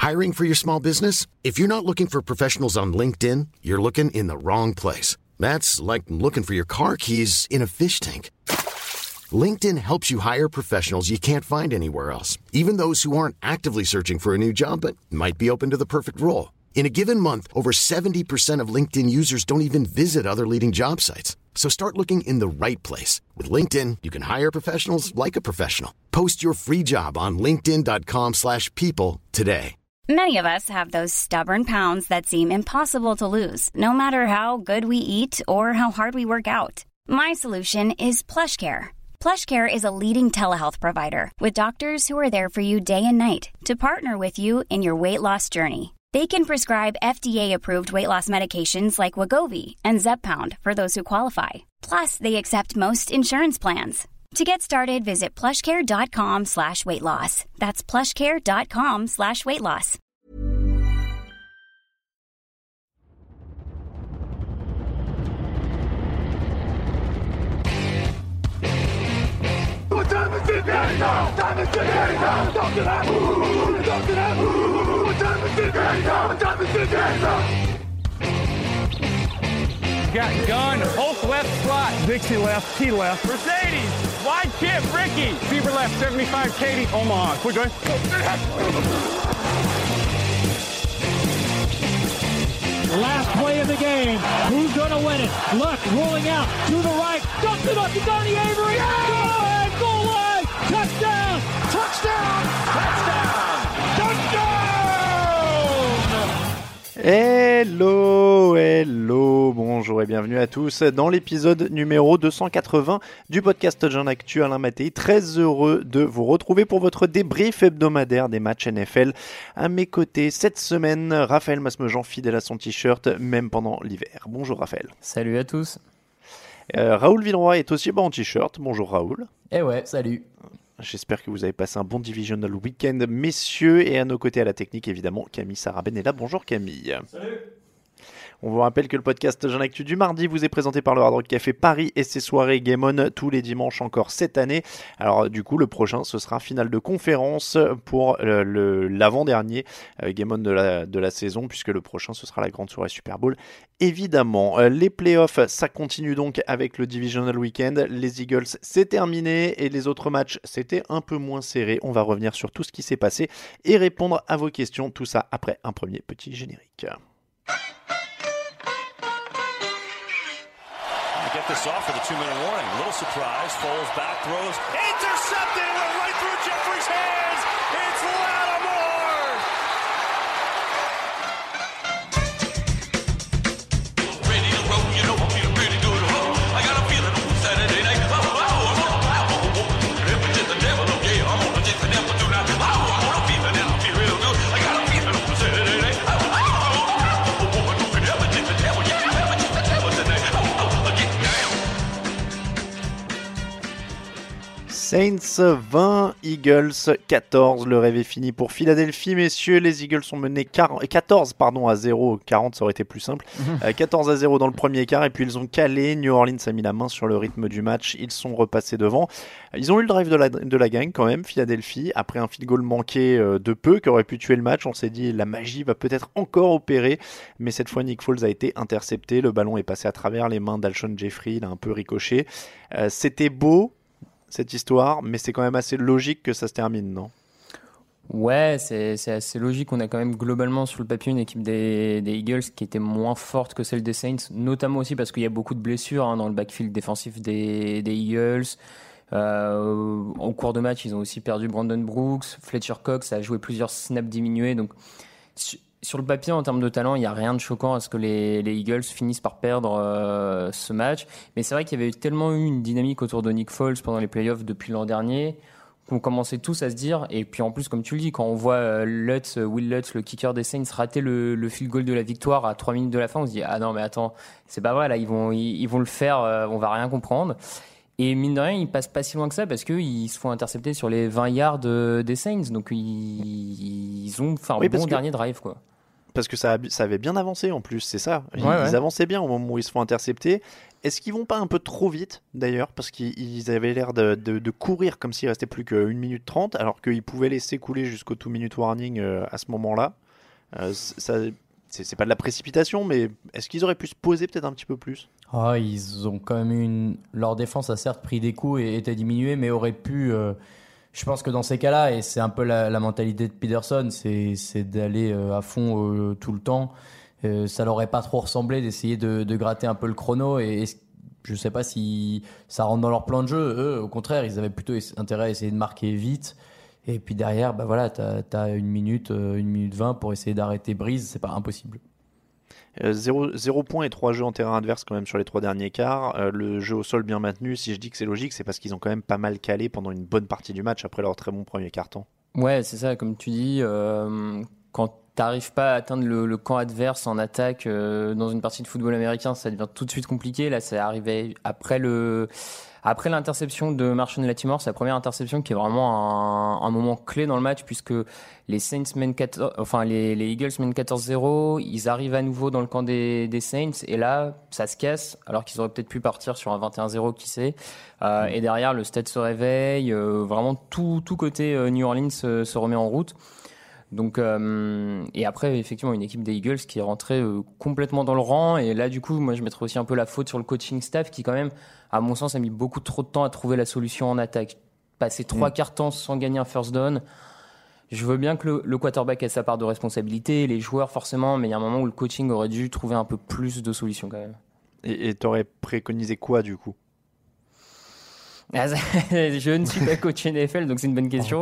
Hiring for your small business? If you're not looking for professionals on LinkedIn, you're looking in the wrong place. That's like looking for your car keys in a fish tank. LinkedIn helps you hire professionals you can't find anywhere else, even those who aren't actively searching for a new job but might be open to the perfect role. In a given month, over 70% of LinkedIn users don't even visit other leading job sites. So start looking in the right place. With LinkedIn, you can hire professionals like a professional. Post your free job on linkedin.com/people today. Many of us have those stubborn pounds that seem impossible to lose, no matter how good we eat or how hard we work out. My solution is PlushCare. PlushCare is a leading telehealth provider with doctors who are there for you day and night to partner with you in your weight loss journey. They can prescribe FDA-approved weight loss medications like Wegovy and Zepbound for those who qualify. Plus, they accept most insurance plans. To get started, visit plushcare.com/weightloss. That's plushcare.com/weightloss. Got gun, Hulk left slot, Dixie left, T left, Mercedes, wide chip, Ricky, Fever left, 75, Katie, Omaha. Quick, go. Last play of the game. Who's going to win it? Luck rolling out to the right. Dumps it up to Donnie Avery. Good! Goal line! Touchdown! Touchdown! Touchdown! Touchdown! Hello, bonjour et bienvenue à tous dans l'épisode numéro 280 du podcast Touchdown Actu. Alain Mattei, très heureux de vous retrouver pour votre débrief hebdomadaire des matchs NFL. À mes côtés cette semaine, Raphaël Masmejean, fidèle à son t-shirt, même pendant l'hiver. Bonjour Raphaël. Salut à tous. Raoul Villeroy est aussi en t-shirt. Bonjour Raoul. Eh ouais, salut. J'espère que vous avez passé un bon divisional week-end, messieurs. Et à nos côtés à la technique, évidemment, Camille Saraben est là. Bonjour Camille. Salut. On vous rappelle que le podcast Touchdown Actu du mardi vous est présenté par le Hard Rock Café Paris et ses soirées Game On tous les dimanches encore cette année. Alors du coup, le prochain, ce sera finale de conférence pour l'avant-dernier Game On de la saison, puisque le prochain, ce sera la grande soirée Super Bowl. Évidemment, les playoffs, ça continue donc avec le Divisional Weekend. Les Eagles, c'est terminé et les autres matchs, c'était un peu moins serré. On va revenir sur tout ce qui s'est passé et répondre à vos questions. Tout ça après un premier petit générique. Get this off for the 2-minute warning. A little surprise. Foles back, throws. Intercepted! It went right through Jeffrey's hands. It's Lattimore! Ready to roll, you know I'm feeling pretty good. I got a feeling on Saturday night. It's the devil, yeah. I'm gonna take the devil tonight. I'm gonna feel it and I feel real good. I got a feeling on Saturday night. Saints 20, Eagles 14, le rêve est fini pour Philadelphie, messieurs. Les Eagles sont menés 14 à 0, 40 ça aurait été plus simple, 14-0 dans le premier quart et puis ils ont calé. New Orleans a mis la main sur le rythme du match, ils sont repassés devant. Ils ont eu le drive de la gang quand même, Philadelphie, après un field goal manqué de peu qui aurait pu tuer le match. On s'est dit la magie va peut-être encore opérer, mais cette fois Nick Foles a été intercepté, le ballon est passé à travers les mains d'Alshon Jeffrey, il a un peu ricoché. C'était beau cette histoire, mais c'est quand même assez logique que ça se termine, non ? Ouais, c'est assez logique. On a quand même globalement sur le papier une équipe des Eagles qui était moins forte que celle des Saints, notamment aussi parce qu'il y a beaucoup de blessures dans le backfield défensif des Eagles. Au cours de match, ils ont aussi perdu Brandon Brooks, Fletcher Cox a joué plusieurs snaps diminués. Donc sur le papier, en termes de talent, il n'y a rien de choquant à ce que les Eagles finissent par perdre ce match. Mais c'est vrai qu'il y avait tellement eu une dynamique autour de Nick Foles pendant les playoffs depuis l'an dernier qu'on commençait tous à se dire, et puis en plus, comme tu le dis, quand on voit Will Lutz, le kicker des Saints, rater le field goal de la victoire à 3 minutes de la fin, on se dit « Ah non, mais attends, c'est pas vrai, là, ils vont le faire, on va rien comprendre ». Et mine de rien, ils passent pas si loin que ça parce qu'ils se font intercepter sur les 20 yards des Saints. Donc ils ont fait un bon dernier drive, quoi. parce que ça avait bien avancé en plus, c'est ça. Ils avançaient bien au moment où ils se font intercepter. Est-ce qu'ils vont pas un peu trop vite d'ailleurs, parce qu'ils avaient l'air de courir comme s'il restait plus qu'1 minute 30, alors qu'ils pouvaient laisser couler jusqu'au 2-minute warning à ce moment-là. C'est pas de la précipitation, mais est-ce qu'ils auraient pu se poser peut-être un petit peu plus ? Ils ont quand même leur défense a certes pris des coups et était diminuée, mais aurait pu. Je pense que dans ces cas-là, et c'est un peu la mentalité de Peterson, c'est d'aller à fond tout le temps. Ça leur aurait pas trop ressemblé d'essayer de gratter un peu le chrono, et je sais pas si ça rentre dans leur plan de jeu. Eux, au contraire, ils avaient plutôt intérêt à essayer de marquer vite. Et puis derrière, t'as 1 minute, 1 minute 20 pour essayer d'arrêter Breeze, c'est pas impossible. 0 points et 3 jeux en terrain adverse quand même sur les 3 derniers quarts. Le jeu au sol bien maintenu, si je dis que c'est logique, c'est parce qu'ils ont quand même pas mal calé pendant une bonne partie du match après leur très bon premier quart-temps. Ouais, c'est ça, comme tu dis, quand t'arrives pas à atteindre le camp adverse en attaque dans une partie de football américain, ça devient tout de suite compliqué. Là, c'est arrivé après l'interception de Marshon Lattimore, c'est la première interception qui est vraiment un moment clé dans le match, puisque les Saints mènent les Eagles mènent 14-0, ils arrivent à nouveau dans le camp des Saints, et là, ça se casse, alors qu'ils auraient peut-être pu partir sur un 21-0, qui sait. Et derrière, le stade se réveille, vraiment tout côté New Orleans se remet en route. Donc, et après, effectivement, une équipe des Eagles qui est rentrée complètement dans le rang. Et là, du coup, moi, je mettrais aussi un peu la faute sur le coaching staff qui, quand même, à mon sens, a mis beaucoup trop de temps à trouver la solution en attaque. Passer 3 quarts temps sans gagner un first down. Je veux bien que le quarterback ait sa part de responsabilité, les joueurs forcément, mais il y a un moment où le coaching aurait dû trouver un peu plus de solutions quand même. Et t'aurais préconisé quoi, du coup ? Je ne suis pas coach NFL, donc c'est une bonne question.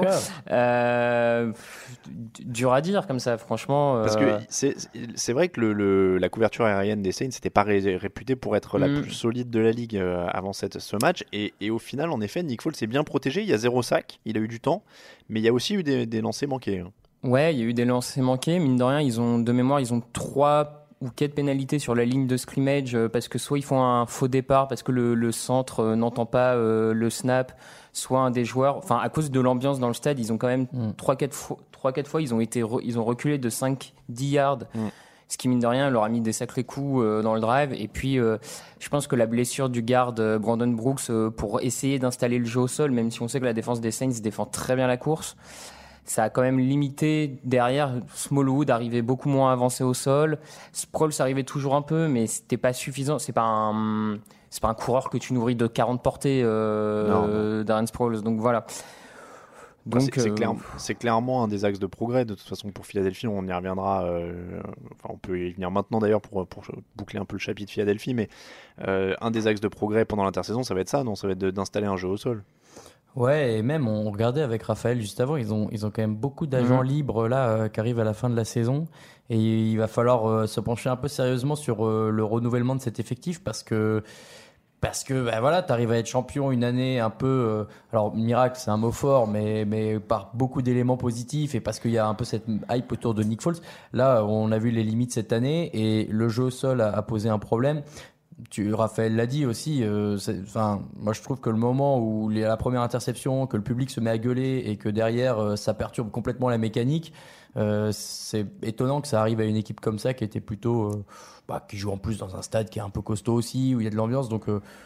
Dur à dire comme ça, franchement. Parce que c'est vrai que la couverture aérienne des Saints n'était pas réputée pour être la plus solide de la ligue avant ce match. Et au final, en effet, Nick Foles s'est bien protégé. Il y a 0 sac, il a eu du temps, mais il y a aussi eu des lancers manqués. Ouais, il y a eu des lancers manqués. Mine de rien, ils ont 3 ou 4 pénalités sur la ligne de scrimmage parce que soit ils font un faux départ parce que le centre n'entend pas le snap, soit un des joueurs, à cause de l'ambiance dans le stade, ils ont quand même 3-4 fois ils ont reculé de 5-10 yards. Ce qui, mine de rien, leur a mis des sacrés coups dans le drive. Et puis, je pense que la blessure du garde Brandon Brooks pour essayer d'installer le jeu au sol, même si on sait que la défense des Saints défend très bien la course, ça a quand même limité. Derrière, Smallwood arrivait beaucoup moins avancé au sol. Sproles arrivait toujours un peu, mais c'était pas suffisant. C'est pas un coureur que tu nourris de 40 portées, Darren Sproles. Donc voilà. Donc, c'est clairement un des axes de progrès. De toute façon, pour Philadelphie, on y reviendra. On peut y venir maintenant d'ailleurs pour boucler un peu le chapitre Philadelphie. Mais un des axes de progrès pendant l'intersaison, ça va être ça, non ? Ça va être d'installer un jeu au sol. Ouais, et même on regardait avec Raphaël juste avant, ils ont quand même beaucoup d'agents libres là qui arrivent à la fin de la saison, et il va falloir se pencher un peu sérieusement sur le renouvellement de cet effectif parce que t'arrives à être champion une année un peu alors miracle c'est un mot fort, mais par beaucoup d'éléments positifs, et parce qu'il y a un peu cette hype autour de Nick Foles. Là, on a vu les limites cette année et le jeu au sol a posé un problème. Raphaël l'a dit aussi, moi je trouve que le moment où la première interception, que le public se met à gueuler et que derrière ça perturbe complètement la mécanique, c'est étonnant que ça arrive à une équipe comme ça qui était plutôt qui joue en plus dans un stade qui est un peu costaud aussi, où il y a de l'ambiance. Donc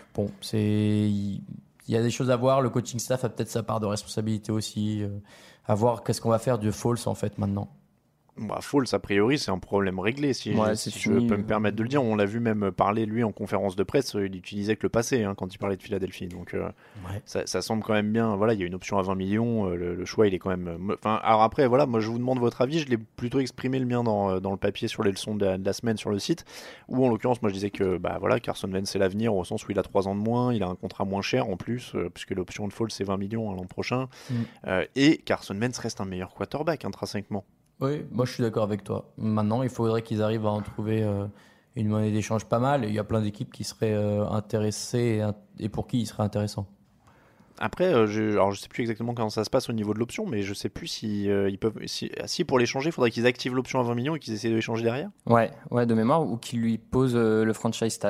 il y a des choses à voir. Le coaching staff a peut-être sa part de responsabilité aussi, à voir qu'est-ce qu'on va faire de Foles en fait maintenant. Foles, a priori, c'est un problème réglé, si je peux me permettre de le dire. On l'a vu même parler, lui, en conférence de presse. Il utilisait que le passé quand il parlait de Philadelphie. Donc, ça semble quand même bien. Voilà, il y a une option à 20 millions. Le choix, il est quand même... alors après, voilà, moi, je vous demande votre avis. Je l'ai plutôt exprimé le mien dans le papier sur les leçons de la semaine sur le site, où, en l'occurrence, moi, je disais que Carson Wentz, c'est l'avenir, au sens où il a 3 ans de moins. Il a un contrat moins cher, en plus, puisque l'option de Foles, c'est 20 millions l'an prochain. Et Carson Wentz reste un meilleur quarterback, intrinsèquement. Oui, moi je suis d'accord avec toi. Maintenant, il faudrait qu'ils arrivent à en trouver une monnaie d'échange pas mal. Il y a plein d'équipes qui seraient intéressées et pour qui il serait intéressant. Après, je sais plus exactement comment ça se passe au niveau de l'option, mais je sais plus si ils peuvent. Si pour l'échanger, il faudrait qu'ils activent l'option à 20 millions et qu'ils essaient de l'échanger derrière. Ouais, de mémoire, ou qu'ils lui posent le franchise tag.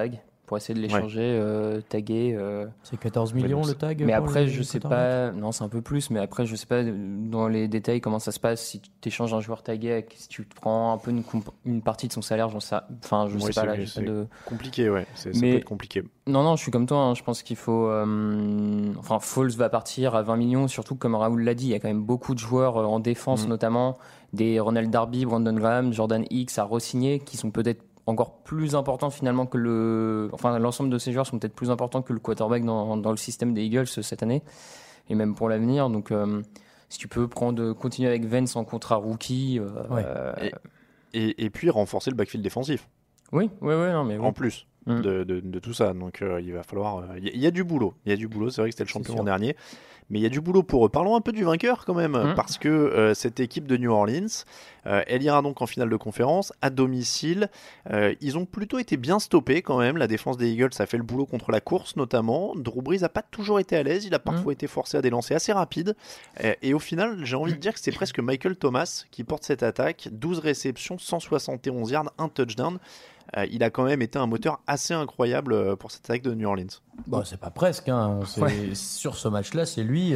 pour essayer de l'échanger, taguer. C'est 14 millions le tag. Mais après, je sais pas. Non, c'est un peu plus. Mais après, je sais pas dans les détails comment ça se passe. Si tu échanges un joueur tagué, si tu prends un peu une partie de son salaire, je sais pas là. C'est compliqué, ouais. Ça peut être compliqué. Non, je suis comme toi. Hein. Je pense qu'il faut. Foles va partir à 20 millions. Surtout, comme Raoul l'a dit, il y a quand même beaucoup de joueurs en défense, notamment des Ronald Darby, Brandon Graham, Jordan Hicks à re-signer, qui sont peut-être encore plus important finalement que l'ensemble de ces joueurs sont peut-être plus importants que le quarterback dans le système des Eagles cette année et même pour l'avenir. Donc si tu peux continuer avec Vance en contrat rookie et puis renforcer le backfield défensif. Oui, non, mais en plus de tout ça. Donc il va falloir il y a du boulot. C'est vrai que c'était le champion l'an dernier. Mais il y a du boulot pour eux. Parlons un peu du vainqueur quand même, parce que cette équipe de New Orleans, elle ira donc en finale de conférence à domicile. Ils ont plutôt été bien stoppés quand même. La défense des Eagles a fait le boulot contre la course notamment. Drew Brees n'a pas toujours été à l'aise. Il a parfois été forcé à des lancers assez rapides. Et au final, j'ai envie de dire que c'est presque Michael Thomas qui porte cette attaque. 12 réceptions, 171 yards, un touchdown. Il a quand même été un moteur assez incroyable pour cette attaque de New Orleans. Bon, c'est pas presque. Sur ce match-là, c'est lui.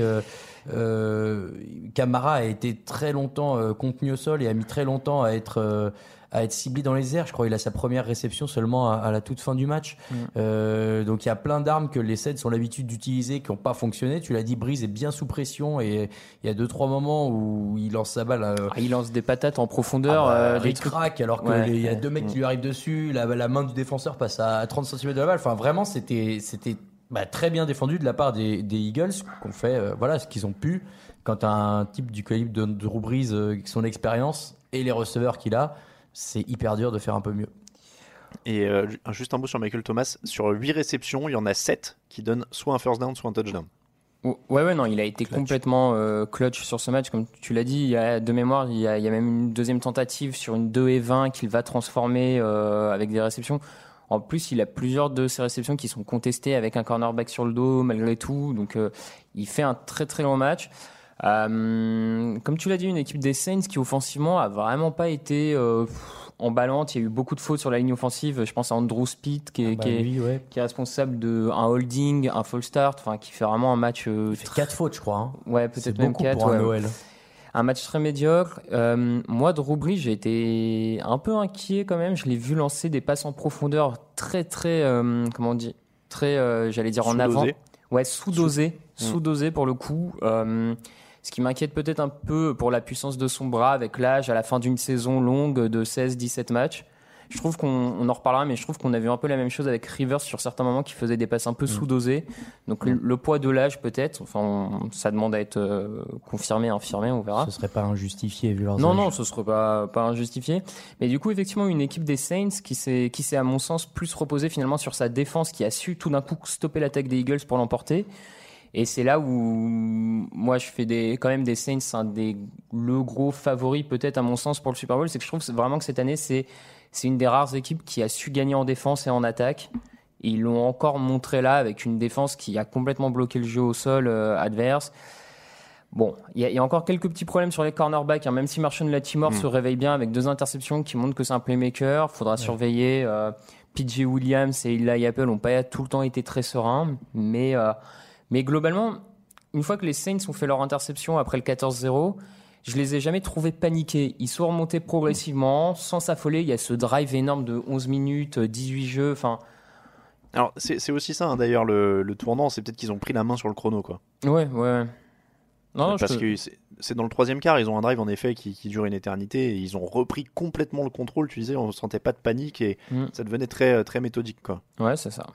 Kamara a été très longtemps contenu au sol et a mis très longtemps à être ciblé dans les airs. Je crois qu'il a sa première réception seulement à la toute fin du match. Donc il y a plein d'armes que les Saints ont l'habitude d'utiliser qui n'ont pas fonctionné. Tu l'as dit, Brees est bien sous pression et il y a 2-3 moments où il lance sa balle. Il lance des patates en profondeur. Il craque alors qu'il y a 2 mecs qui lui arrivent dessus. La main du défenseur passe à 30 cm de la balle. Enfin, vraiment, c'était très bien défendu de la part des Eagles qui ont fait ce qu'ils ont pu. Quand tu as un type du calibre de Drew Brees, son expérience et les receveurs qu'il a, c'est hyper dur de faire un peu mieux. Et juste un mot sur Michael Thomas. Sur 8 réceptions, il y en a 7 qui donnent soit un first down, soit un touchdown. Non, il a été complètement clutch sur ce match. Comme tu l'as dit, de mémoire, il y a même une deuxième tentative sur une 2-20 qu'il va transformer avec des réceptions. En plus, il a plusieurs de ces réceptions qui sont contestées avec un cornerback sur le dos, malgré tout. Donc, il fait un très très long match. Comme tu l'as dit, une équipe des Saints qui offensivement a vraiment pas été emballante. Il y a eu beaucoup de fautes sur la ligne offensive. Je pense à Andrew Speed qui est responsable de un holding, un false start, qui fait vraiment un match. Il fait 4 fautes, je crois. Ouais, peut-être même 4. Pour un Noël. Un match très médiocre. Moi, Drew Brees, j'ai été un peu inquiet quand même. Je l'ai vu lancer des passes en profondeur très très j'allais dire en avant. Ouais, sous-dosé pour le coup. Ce qui m'inquiète peut-être un peu pour la puissance de son bras avec l'âge à la fin d'une saison longue de 16-17 matchs. Je trouve qu'on en reparlera, mais je trouve qu'on a vu un peu la même chose avec Rivers sur certains moments qui faisait des passes un peu sous-dosées. Donc le poids de l'âge peut-être. Ça demande à être confirmé, infirmé, on verra. Ce serait pas injustifié vu leurs âges. Non, ce serait pas injustifié. Mais du coup, effectivement, une équipe des Saints qui s'est à mon sens plus reposée finalement sur sa défense, qui a su tout d'un coup stopper l'attaque des Eagles pour l'emporter. Et c'est là où moi je fais quand même des Saints le gros favori peut-être à mon sens pour le Super Bowl. C'est que je trouve vraiment que cette année c'est une des rares équipes qui a su gagner en défense et en attaque. Et ils l'ont encore montré là avec une défense qui a complètement bloqué le jeu au sol adverse. Bon, il y a encore quelques petits problèmes sur les cornerbacks, même si Marshawn Lattimore se réveille bien avec 2 interceptions qui montrent que c'est un playmaker. Faudra surveiller. PJ Williams et Eli Apple n'ont pas tout le temps été très sereins, mais globalement, une fois que les Saints ont fait leur interception après le 14-0, je les ai jamais trouvés paniqués. Ils sont remontés progressivement, sans s'affoler. Il y a ce drive énorme de 11 minutes, 18 jeux. Alors, c'est aussi ça, d'ailleurs, le tournant. C'est peut-être qu'ils ont pris la main sur le chrono, quoi. Ouais. Non, parce que c'est dans le 3e quart, ils ont un drive, en effet, qui dure une éternité. Et ils ont repris complètement le contrôle. Tu disais, on ne sentait pas de panique et ça devenait très, très méthodique, quoi. Ouais, c'est ça.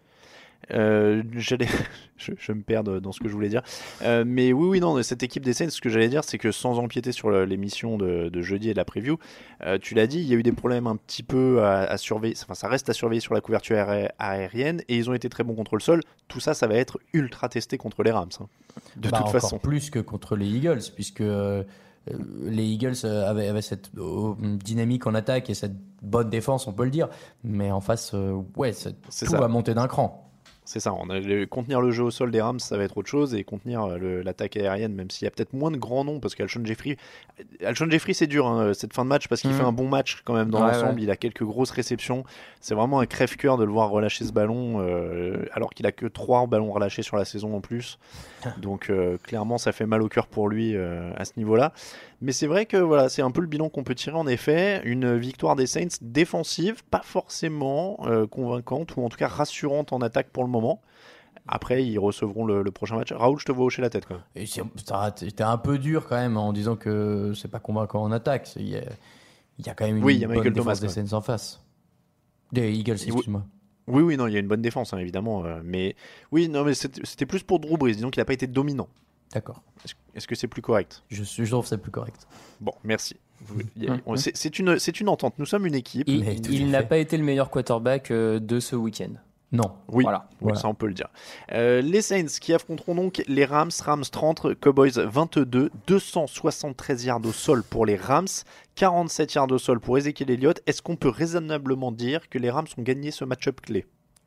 Je me perds dans ce que je voulais dire, mais non, cette équipe des Saints, ce que j'allais dire, c'est que sans empiéter sur l'émission de jeudi et de la preview, tu l'as dit, il y a eu des problèmes un petit peu à surveiller, ça reste à surveiller sur la couverture aérienne, et ils ont été très bons contre le sol. Tout ça va être ultra testé contre les Rams, de toute façon. Encore plus que contre les Eagles, puisque les Eagles avaient cette dynamique en attaque et cette bonne défense, on peut le dire, mais en face, tout va monter d'un cran. C'est ça, contenir le jeu au sol des Rams, ça va être autre chose, et contenir l'attaque aérienne, même s'il y a peut-être moins de grands noms, parce qu'Alshon Jeffrey, c'est dur cette fin de match, parce qu'il fait un bon match quand même dans l'ensemble, il a quelques grosses réceptions, c'est vraiment un crève-cœur de le voir relâcher ce ballon, alors qu'il a que 3 ballons relâchés sur la saison en plus, donc clairement ça fait mal au cœur pour lui à ce niveau-là. Mais c'est vrai que voilà, c'est un peu le bilan qu'on peut tirer en effet. Une victoire des Saints défensive, pas forcément convaincante, ou en tout cas rassurante en attaque pour le moment. Après, ils recevront le prochain match. Raoul, je te vois hocher la tête quand même. Et c'était un peu dur quand même en disant que c'est pas convaincant en attaque. Il y a quand même une bonne défense des Saints en face. Des Eagles, excuse-moi. Oui, non, il y a une bonne défense, hein, évidemment. Mais c'était plus pour Drew Brees. Disons qu'il n'a pas été dominant. D'accord. Est-ce que c'est plus correct ? Je trouve que c'est plus correct. Bon, merci. C'est une entente. Nous sommes une équipe. Il n'a pas été le meilleur quarterback de ce week-end. Non. Oui, ça on peut le dire. Les Saints qui affronteront donc les Rams 30, Cowboys 22, 273 yards au sol pour les Rams, 47 yards au sol pour Ezekiel Elliott. Est-ce qu'on peut raisonnablement dire que les Rams ont gagné ce match-up clé ?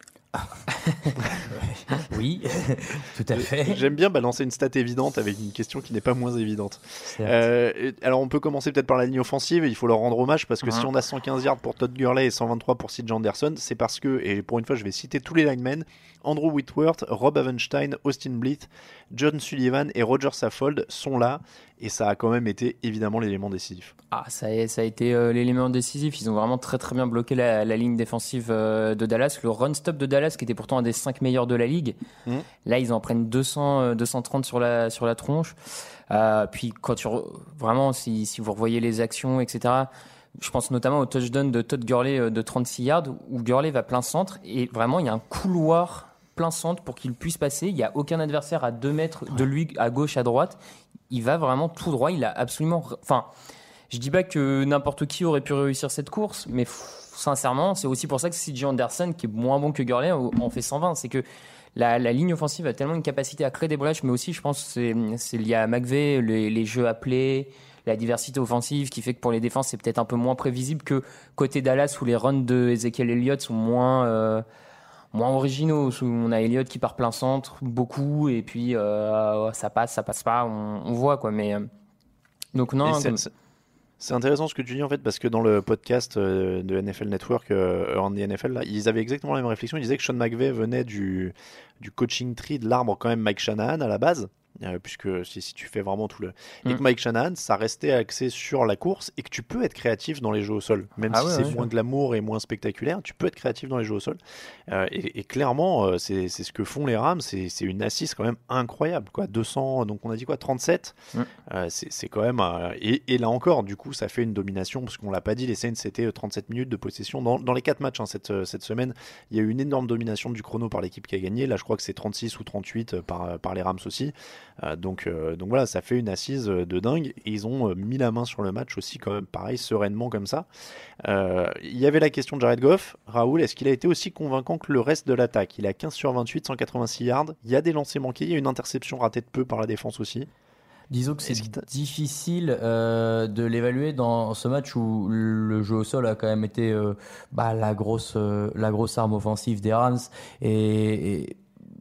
Oui, tout à fait. J'aime bien balancer une stat évidente avec une question qui n'est pas moins évidente. Alors on peut commencer peut-être par la ligne offensive. Il faut leur rendre hommage parce que si on a 115 yards pour Todd Gurley et 123 pour CJ Anderson, c'est parce que, et pour une fois je vais citer tous les linemen, Andrew Whitworth, Rob Havenstein, Austin Bleeth, John Sullivan et Roger Saffold sont là, et ça a quand même été évidemment l'élément décisif. Ça a été l'élément décisif. Ils ont vraiment très très bien bloqué la ligne défensive de Dallas. Le run-stop de Dallas, qui était pourtant un des 5 meilleurs de la ligue, là ils en prennent 230 sur la tronche. Puis quand vraiment, si vous revoyez les actions, etc., je pense notamment au touchdown de Todd Gurley de 36 yards, où Gurley va plein centre, et vraiment il y a un couloir plein centre pour qu'il puisse passer. Il n'y a aucun adversaire à 2 mètres de lui, à gauche, à droite. Il va vraiment tout droit. Il a absolument... Enfin, je dis pas que n'importe qui aurait pu réussir cette course, mais sincèrement, c'est aussi pour ça que CJ Anderson, qui est moins bon que Gurley, en fait 120. C'est que la ligne offensive a tellement une capacité à créer des brèches, mais aussi, je pense, c'est lié à McVay, les jeux appelés, la diversité offensive qui fait que pour les défenses, c'est peut-être un peu moins prévisible que côté Dallas, où les runs de Ezekiel Elliott sont moins originaux, où on a Elliott qui part plein centre beaucoup, et puis ça passe pas, on voit quoi. Mais donc non. C'est intéressant ce que tu dis en fait, parce que dans le podcast de NFL Network, Around the NFL, là, ils avaient exactement la même réflexion. Ils disaient que Sean McVay venait du coaching tree de l'arbre quand même Mike Shanahan à la base. Puisque si tu fais vraiment tout le... Et que Mike Shanahan, ça restait axé sur la course, et que tu peux être créatif dans les jeux au sol. Même si c'est moins glamour et moins spectaculaire, tu peux être créatif dans les jeux au sol. Et clairement, c'est ce que font les Rams. C'est une assise quand même incroyable, quoi. 200, donc on a dit quoi, 37 c'est quand même... Et là encore, du coup, ça fait une domination, parce qu'on l'a pas dit, les Saints, c'était 37 minutes de possession dans les 4 matchs cette semaine. Il y a eu une énorme domination du chrono par l'équipe qui a gagné. Là, je crois que c'est 36 ou 38 par les Rams aussi. Donc voilà, ça fait une assise de dingue, et ils ont mis la main sur le match aussi quand même, pareil, sereinement comme ça. Il y avait la question de Jared Goff. Raoul, est-ce qu'il a été aussi convaincant que le reste de l'attaque ? Il a 15 sur 28, 186 yards, il y a des lancers manqués, il y a une interception ratée de peu par la défense aussi. Disons que c'est difficile de l'évaluer dans ce match où le jeu au sol a quand même été la grosse arme offensive des Rams, et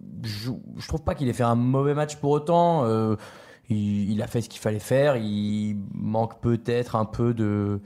je trouve pas qu'il ait fait un mauvais match pour autant. Il a fait ce qu'il fallait faire. Il manque peut-être un peu de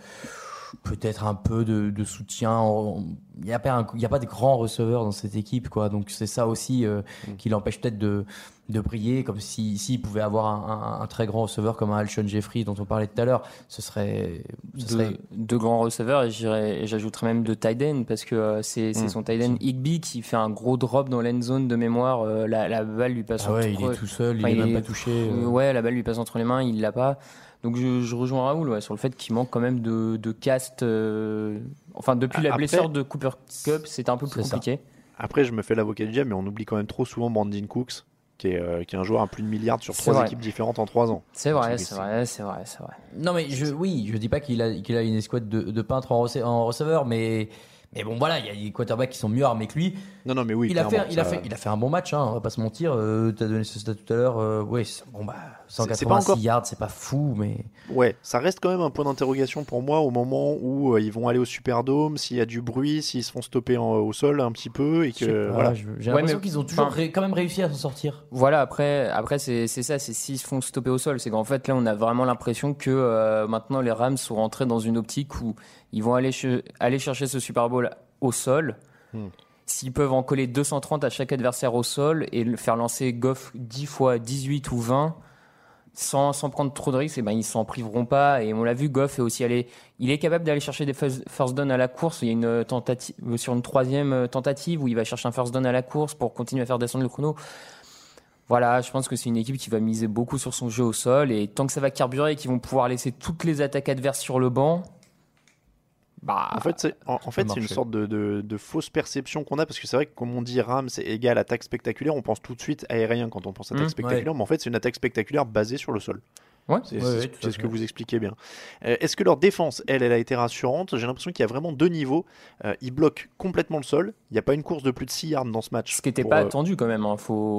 soutien. Il y a pas de grands receveurs dans cette équipe, quoi. Donc c'est ça aussi qui l'empêche peut-être de briller, comme s'il pouvait avoir un très grand receveur comme un Alshon Jeffrey dont on parlait tout à l'heure. Ce serait de grands receveurs, et j'ajouterais même de tight end, parce que c'est son tight end Higbee qui fait un gros drop dans l'end zone de mémoire. La balle lui passe il est tout seul, il est même pas touché. La balle lui passe entre les mains, il l'a pas. Donc je rejoins Raoul sur le fait qu'il manque quand même de cast. Depuis la blessure de Cooper Kupp, c'était un peu plus compliqué. Après, je me fais l'avocat du diable, mais on oublie quand même trop souvent Brandon Cooks, qui est un joueur à plus de milliards sur 3 équipes différentes en 3 ans. C'est vrai. Non, mais je dis pas qu'il a une escouade de peintres en receveur, mais Mais bon, voilà, il y a des quarterbacks qui sont mieux armés que lui. Non, mais oui. Il a fait un bon match, hein, on va pas se mentir. Tu as donné ce stat tout à l'heure. Oui, 186 yards, c'est pas fou, mais. Ouais, ça reste quand même un point d'interrogation pour moi au moment où ils vont aller au Superdome, s'il y a du bruit, s'ils se font stopper au sol un petit peu. Et que, voilà. J'ai l'impression qu'ils ont toujours quand même réussi à s'en sortir. Voilà, après c'est ça, c'est s'ils se font stopper au sol. C'est qu'en fait, là, on a vraiment l'impression que maintenant, les Rams sont rentrés dans une optique où ils vont aller chercher ce Super Bowl au sol. S'ils peuvent en coller 230 à chaque adversaire au sol et le faire lancer Goff 10 fois 18 ou 20 sans prendre trop de risques, ils s'en priveront pas. Et on l'a vu, Goff est aussi il est capable d'aller chercher des first down à la course. Il y a une tentative, sur une troisième tentative où il va chercher un first down à la course pour continuer à faire descendre le chrono. Voilà, je pense que c'est une équipe qui va miser beaucoup sur son jeu au sol, et tant que ça va carburer et qu'ils vont pouvoir laisser toutes les attaques adverses sur le banc, en fait, c'est une sorte de fausse perception qu'on a, parce que c'est vrai que comme on dit Rams c'est égal attaque spectaculaire, on pense tout de suite aérien quand on pense attaque spectaculaire, mais en fait c'est une attaque spectaculaire basée sur le sol. Ouais, c'est ce que vous expliquez bien. Est-ce que leur défense, elle a été rassurante? J'ai l'impression qu'il y a vraiment deux niveaux. Ils bloquent complètement le sol. Il n'y a pas une course de plus de 6 yards dans ce match. Ce qui n'était pas attendu quand même.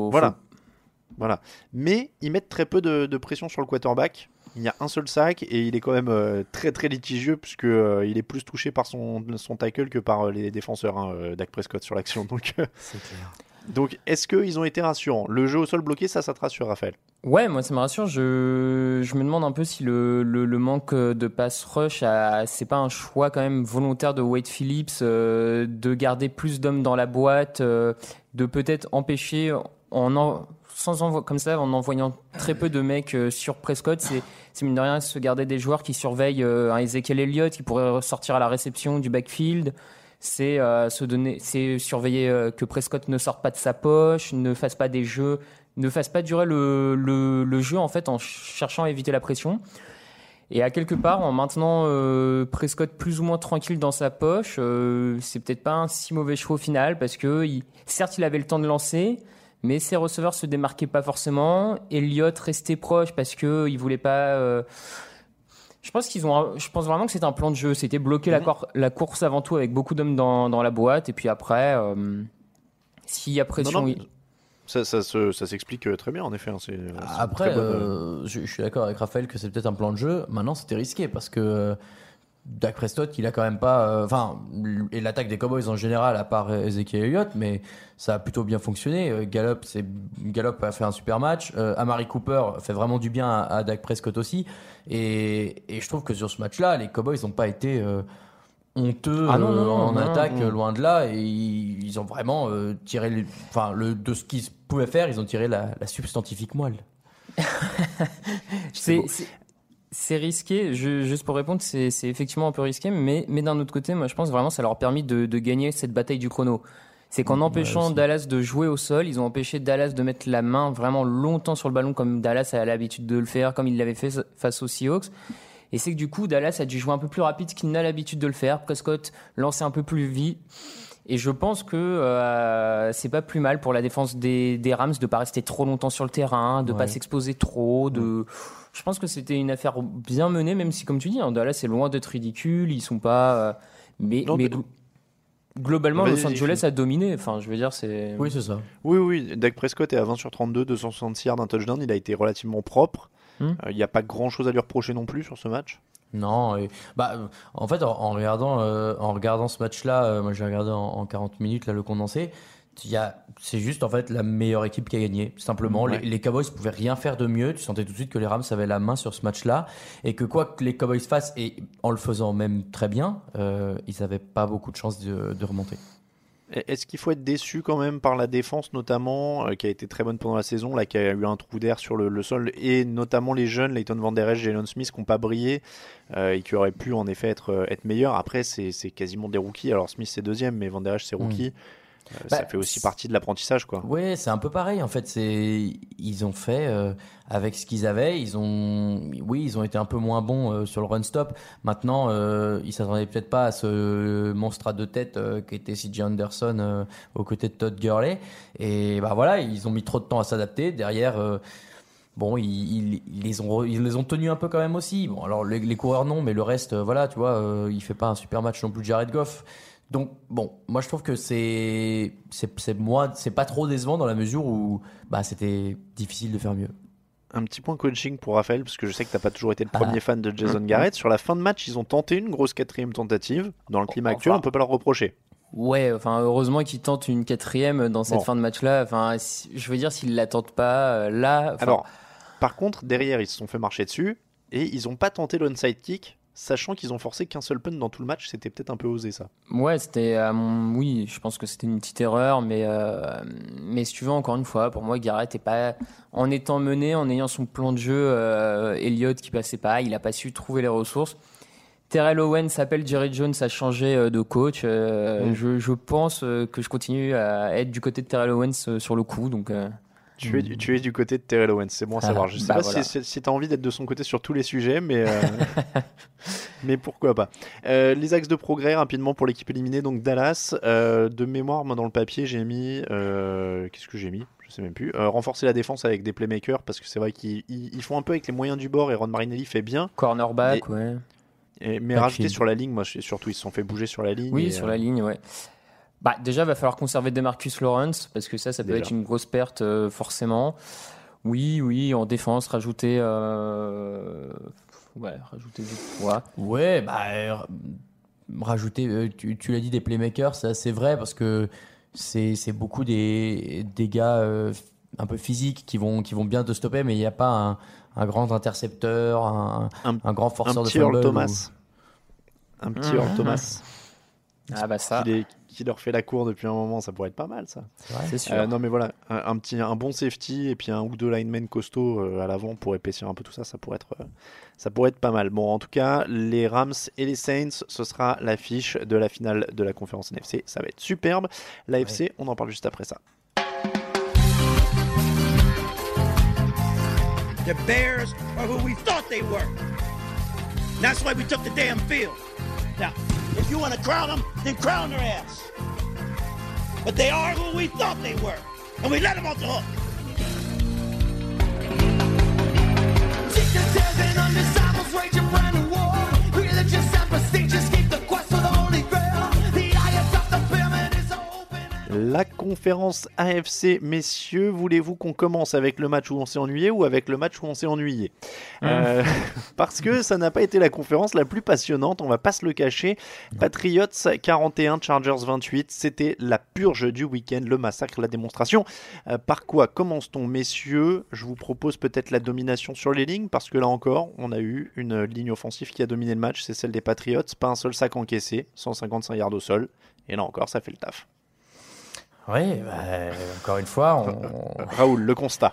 Voilà. Mais ils mettent très peu de pression sur le quarterback. Il y a un seul sac et il est quand même très très litigieux, puisqu'il est plus touché par son tackle que par les défenseurs, Dak Prescott sur l'action. Donc, c'est clair. Donc, est-ce qu'ils ont été rassurants? Le jeu au sol bloqué, ça te rassure, Raphaël? Ouais, moi ça me rassure. Je me demande un peu si le manque de pass rush, c'est pas un choix quand même volontaire de Wade Phillips, de garder plus d'hommes dans la boîte, de peut-être empêcher en envoyant très peu de mecs sur Prescott. C'est mine de rien se garder des joueurs qui surveillent un Ezekiel Elliott qui pourrait ressortir à la réception du backfield. C'est surveiller que Prescott ne sorte pas de sa poche, ne fasse pas des jeux, ne fasse pas durer le jeu en fait, en cherchant à éviter la pression. Et à quelque part, en maintenant Prescott plus ou moins tranquille dans sa poche, c'est peut-être pas un si mauvais choix au final, parce que certes il avait le temps de lancer, mais ses receveurs se démarquaient pas forcément. Elliott restait proche parce que il voulait pas. Je pense vraiment que c'était un plan de jeu. C'était bloquer la course avant tout avec beaucoup d'hommes dans la boîte, et puis après, s'il y a pression. Ça s'explique très bien en effet. Après, je suis d'accord avec Raphaël que c'est peut-être un plan de jeu. Maintenant, c'était risqué parce que Dak Prescott, il a quand même pas. Et l'attaque des Cowboys en général, à part Ezekiel Elliott, mais ça a plutôt bien fonctionné. Gallup a fait un super match. Amari Cooper fait vraiment du bien à Dak Prescott aussi. Et je trouve que sur ce match-là, les Cowboys n'ont pas été honteux en attaque, loin de là. Et ils ont vraiment tiré. De ce qu'ils pouvaient faire, ils ont tiré la substantifique moelle. C'est risqué, juste pour répondre, c'est effectivement un peu risqué, mais d'un autre côté, moi je pense vraiment que ça leur a permis de gagner cette bataille du chrono. C'est qu'en empêchant Dallas de jouer au sol, ils ont empêché Dallas de mettre la main vraiment longtemps sur le ballon, comme Dallas a l'habitude de le faire, comme il l'avait fait face aux Seahawks. Et c'est que du coup, Dallas a dû jouer un peu plus rapide qu'il n'a l'habitude de le faire. Prescott lançait un peu plus vite. Et je pense que c'est pas plus mal pour la défense des Rams de pas rester trop longtemps sur le terrain, de pas s'exposer trop. Je pense que c'était une affaire bien menée, même si, comme tu dis, Dallas c'est loin d'être ridicule. Ils sont pas. Globalement, Los Angeles a dominé. Enfin, je veux dire, c'est. Oui, c'est ça. Oui. Dak Prescott est à 20 sur 32, 266 yards, un touchdown. Il a été relativement propre. Il n'y a pas grand-chose à lui reprocher non plus sur ce match. Non, en fait, en regardant ce match-là, moi j'ai regardé en 40 minutes là, le condensé. C'est juste en fait la meilleure équipe qui a gagné. Simplement, Ouais. les Cowboys pouvaient rien faire de mieux. Tu sentais tout de suite que les Rams avaient la main sur ce match-là et que quoi que les Cowboys fassent, et en le faisant même très bien, ils n'avaient pas beaucoup de chances de remonter. Est-ce qu'il faut être déçu quand même par la défense notamment, qui a été très bonne pendant la saison, là, qui a eu un trou d'air sur le sol, et notamment les jeunes, Leighton Van Der Esch, Jalen Smith, qui n'ont pas brillé et qui auraient pu en effet être meilleurs. Après, c'est quasiment des rookies. Alors Smith c'est deuxième, mais Van Der Esch c'est rookie. Ça fait aussi partie de l'apprentissage, quoi. Ouais, c'est un peu pareil en fait. Ils ont fait avec ce qu'ils avaient. Ils ont été un peu moins bons sur le run stop. Maintenant, ils s'attendaient peut-être pas à ce monstre à deux têtes qui était CJ Anderson aux côtés de Todd Gurley. Et voilà, ils ont mis trop de temps à s'adapter. Derrière. Ils les ont tenus un peu quand même aussi. Bon, alors les coureurs non, mais le reste, tu vois, il fait pas un super match non plus de Jared Goff. Donc bon, moi je trouve que c'est pas trop décevant dans la mesure où c'était difficile de faire mieux. Un petit point coaching pour Raphaël, parce que je sais que tu n'as pas toujours été le premier fan de Jason Garrett. Sur la fin de match, ils ont tenté une grosse 4e tentative. Dans le climat actuel, on ne peut pas leur reprocher. Ouais, heureusement qu'ils tentent une 4e dans cette fin de match-là. Je veux dire, s'ils ne la tentent pas, là... Alors, par contre, derrière, ils se sont fait marcher dessus, et ils n'ont pas tenté l'onside kick, sachant qu'ils ont forcé qu'un seul punt dans tout le match. C'était peut-être un peu osé, ça. Ouais, oui, je pense que c'était une petite erreur, mais si tu veux, encore une fois, pour moi, Garrett est pas, en étant mené, en ayant son plan de jeu, Elliott qui passait pas, il a pas su trouver les ressources. Terrell Owens s'appelle Jerry Jones, a changé de coach. Je pense que je continue à être du côté de Terrell Owens sur le coup, donc. Tu es du côté de Terrell Owens, c'est bon à savoir. Je sais pas si tu as envie d'être de son côté sur tous les sujets, mais pourquoi pas. Les axes de progrès rapidement pour l'équipe éliminée, donc Dallas. De mémoire, moi dans le papier, j'ai mis... qu'est-ce que j'ai mis ? Je sais même plus. Renforcer la défense avec des playmakers, parce que c'est vrai qu'ils font un peu avec les moyens du bord, et Ron Marinelli fait bien. Cornerback, ouais. Mais rajouter sur la ligne, moi surtout, ils se sont fait bouger sur la ligne. Oui, sur la ligne, ouais. Déjà, il va falloir conserver DeMarcus Lawrence, parce que ça peut être une grosse perte, forcément. Oui, en défense, rajouter du poids. Ouais, rajouter, tu l'as dit, des playmakers, c'est vrai, parce que c'est beaucoup des gars un peu physiques qui vont bien te stopper, mais il n'y a pas un grand intercepteur, un grand forceur de fumble. Un petit Earl Thomas. Ça. Qui leur fait la cour depuis un moment, ça pourrait être pas mal, ça. C'est sûr. Non mais voilà, un bon safety et puis un ou deux linemen costauds à l'avant pour épaissir un peu tout ça, ça pourrait être pas mal. Bon, en tout cas, les Rams et les Saints, ce sera l'affiche de la finale de la conférence NFC. Ça va être superbe. L'AFC, on en parle juste après ça. The Bears are who we thought they were. That's why we took the damn field. Now, if you want to crown them, then crown their ass. But they are who we thought they were. And we let them off the hook. La conférence AFC, messieurs, voulez-vous qu'on commence avec le match où on s'est ennuyé ou avec le match où on s'est ennuyé Parce que ça n'a pas été la conférence la plus passionnante, on va pas se le cacher. Patriots 41, Chargers 28, c'était la purge du week-end, le massacre, la démonstration. Par quoi commence-t-on, messieurs ? Je vous propose peut-être la domination sur les lignes, parce que là encore, on a eu une ligne offensive qui a dominé le match, c'est celle des Patriots, pas un seul sac encaissé, 155 yards au sol, et là encore, ça fait le taf. Oui, encore une fois, Raoul, le constat.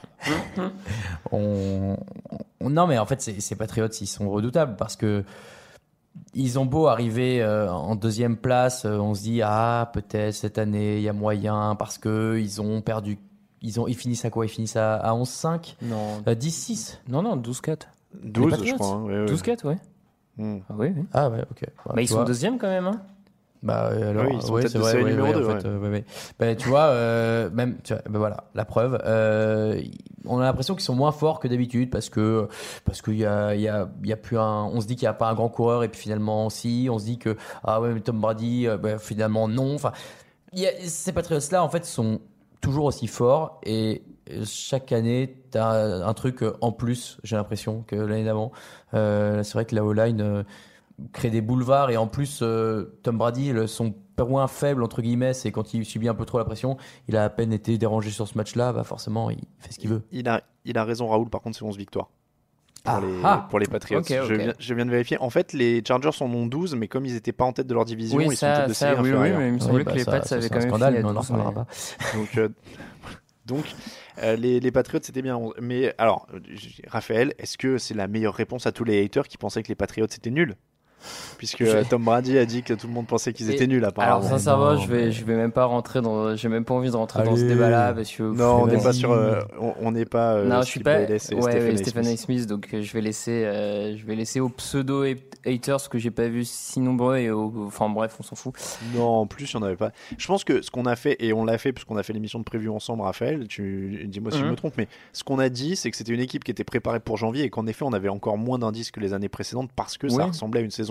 Non, mais en fait, ces Patriots, ils sont redoutables parce que ils ont beau arriver en deuxième place, on se dit peut-être cette année il y a moyen parce que ils ont perdu. Ils finissent à quoi ? Ils finissent à 11-5 ? Non. 10-6 ? Non, 12-4. 12, je crois. Hein, ouais. 12-4, ouais. Ah oui. Ah ouais, ok. Ils sont deuxième quand même, hein. Alors, oui, ils sont peut-être de série numéro 2. En fait, tu vois, même, voilà, la preuve. On a l'impression qu'ils sont moins forts que d'habitude parce qu'il y a plus on se dit qu'il n'y a pas un grand coureur et puis finalement si, on se dit que mais Tom Brady, finalement non. Enfin, ces Patriots-là en fait sont toujours aussi forts et chaque année t'as un truc en plus. J'ai l'impression que l'année d'avant, c'est vrai que la O-line crée des boulevards et en plus Tom Brady, son point faible entre guillemets, c'est quand il subit un peu trop la pression. Il a à peine été dérangé sur ce match-là, forcément il fait ce qu'il veut. Il a raison Raoul, par contre c'est 11 victoires pour les Patriots. Okay. Je viens de vérifier. En fait les Chargers en ont 12, mais comme ils n'étaient pas en tête de leur division, ils sont en tête de série inférieure. Oui, mais il me semblait que les Pats avaient quand même scandale, fini mais on n'en reparlera pas. Donc les Patriots c'était bien 11. Mais alors Raphaël, est-ce que c'est la meilleure réponse à tous les haters qui pensaient que les Patriots c'était nul ? Puisque Tom Brady a dit que tout le monde pensait qu'ils étaient nuls apparemment. Alors sincèrement, je vais même pas rentrer dans, j'ai même pas envie de rentrer dans ce débat-là parce que non, on n'est pas sur, on n'est pas. Non, je suis pas. Stephen A. Smith, donc je vais laisser aux pseudo haters que j'ai pas vu si nombreux et enfin bref, on s'en fout. Non, en plus il y en avait pas. Je pense que ce qu'on a fait et on l'a fait parce qu'on a fait l'émission de preview ensemble, Raphaël. Tu dis-moi si je me trompe, mais ce qu'on a dit, c'est que c'était une équipe qui était préparée pour janvier et qu'en effet on avait encore moins d'indices que les années précédentes parce que ça ressemblait à une saison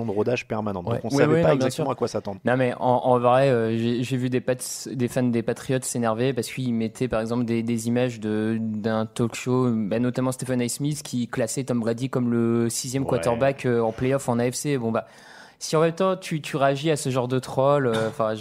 saison de rodage permanente. Donc on Oui, savait oui, pas non, exactement à quoi s'attendre. Non, mais en vrai, j'ai vu des fans des Patriots s'énerver parce qu'ils mettaient par exemple des images d'un talk show, notamment Stephen A. Smith qui classait Tom Brady comme le 6e quarterback en playoff en AFC. Bon, bah. Si en même temps tu réagis à ce genre de troll,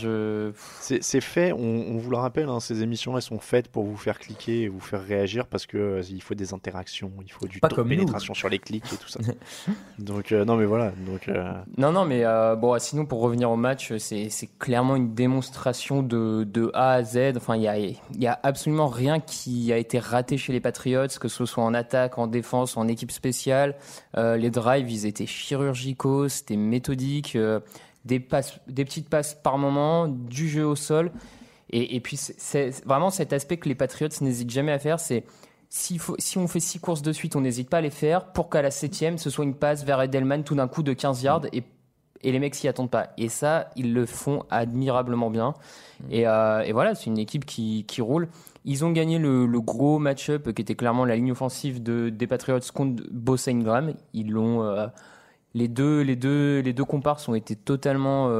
C'est fait, on vous le rappelle, hein, ces émissions elles sont faites pour vous faire cliquer et vous faire réagir parce que il faut des interactions, il faut du taux de pénétration sur les clics et tout ça. Donc non mais voilà. Non mais bon, sinon pour revenir au match, c'est clairement une démonstration de A à Z. Enfin il y a absolument rien qui a été raté chez les Patriots, que ce soit en attaque, en défense, en équipe spéciale. Les drives ils étaient chirurgicaux, c'était méthodique. Des petites passes par moment, du jeu au sol, et puis c'est vraiment cet aspect que les Patriots n'hésitent jamais à faire. C'est si on fait 6 courses de suite, on n'hésite pas à les faire pour qu'à la 7e ce soit une passe vers Edelman tout d'un coup de 15 yards et les mecs s'y attendent pas. Et ça, ils le font admirablement bien. Et voilà, c'est une équipe qui roule. Ils ont gagné le gros match-up qui était clairement la ligne offensive des Patriots contre Bosa Ingram. Ils l'ont les deux comparses ont été totalement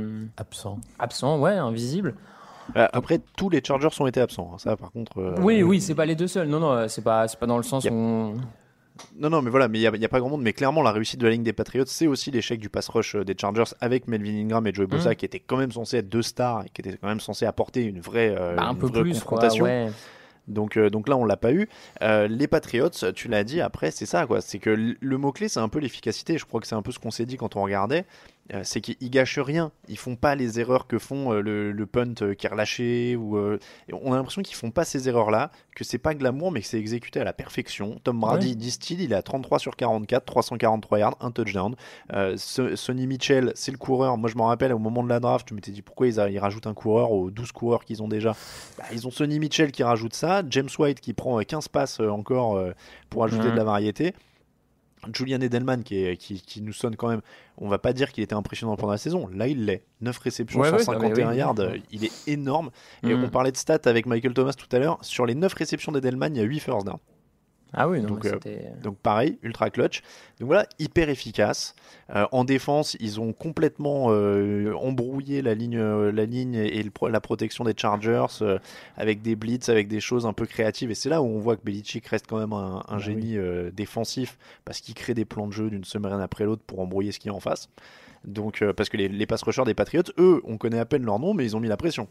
absents, ouais, invisibles. Après, tous les Chargers ont été absents. Ça, par contre. Oui, c'est pas les deux seuls. Non, c'est pas dans le sens où. Non, mais voilà, mais il y a pas grand monde. Mais clairement, la réussite de la ligne des Patriots, c'est aussi l'échec du pass rush des Chargers avec Melvin Ingram et Joey Bosa, qui étaient quand même censés être 2 stars et qui étaient quand même censés apporter une vraie, un peu vraie plus, confrontation. Quoi, ouais. Donc là, on l'a pas eu. Les Patriots, tu l'as dit, après, c'est ça, quoi. C'est que le mot-clé, c'est un peu l'efficacité. Je crois que c'est un peu ce qu'on s'est dit quand on regardait. C'est qu'ils gâchent rien. Ils font pas les erreurs que font le punt qui est relâché. On a l'impression qu'ils font pas ces erreurs-là, que c'est pas glamour, mais que c'est exécuté à la perfection. Tom Brady, disent-ils, il est à 33 sur 44, 343 yards, un touchdown. Sonny Mitchell, c'est le coureur. Moi, je m'en rappelle, au moment de la draft, je m'étais dit pourquoi ils rajoutent un coureur aux 12 coureurs qu'ils ont déjà. Ils ont Sonny Mitchell qui rajoute ça, James White qui prend 15 passes encore pour ajouter de la variété. Julian Edelman qui nous sonne quand même, on va pas dire qu'il était impressionnant pendant la saison, là il l'est, 9 réceptions, 151 yards, il est énorme. Et on parlait de stats avec Michael Thomas tout à l'heure, sur les 9 réceptions d'Edelman, il y a 8 first down. Ah oui, non, donc pareil, ultra clutch. Donc voilà, hyper efficace. En défense, ils ont complètement embrouillé la ligne et la protection des Chargers avec des blitz, avec des choses un peu créatives. Et c'est là où on voit que Belichick reste quand même un génie défensif parce qu'il crée des plans de jeu d'une semaine après l'autre pour embrouiller ce qu'il y a en face. Donc parce que les pass rushers des Patriots, eux, on connaît à peine leur nom, mais ils ont mis la pression.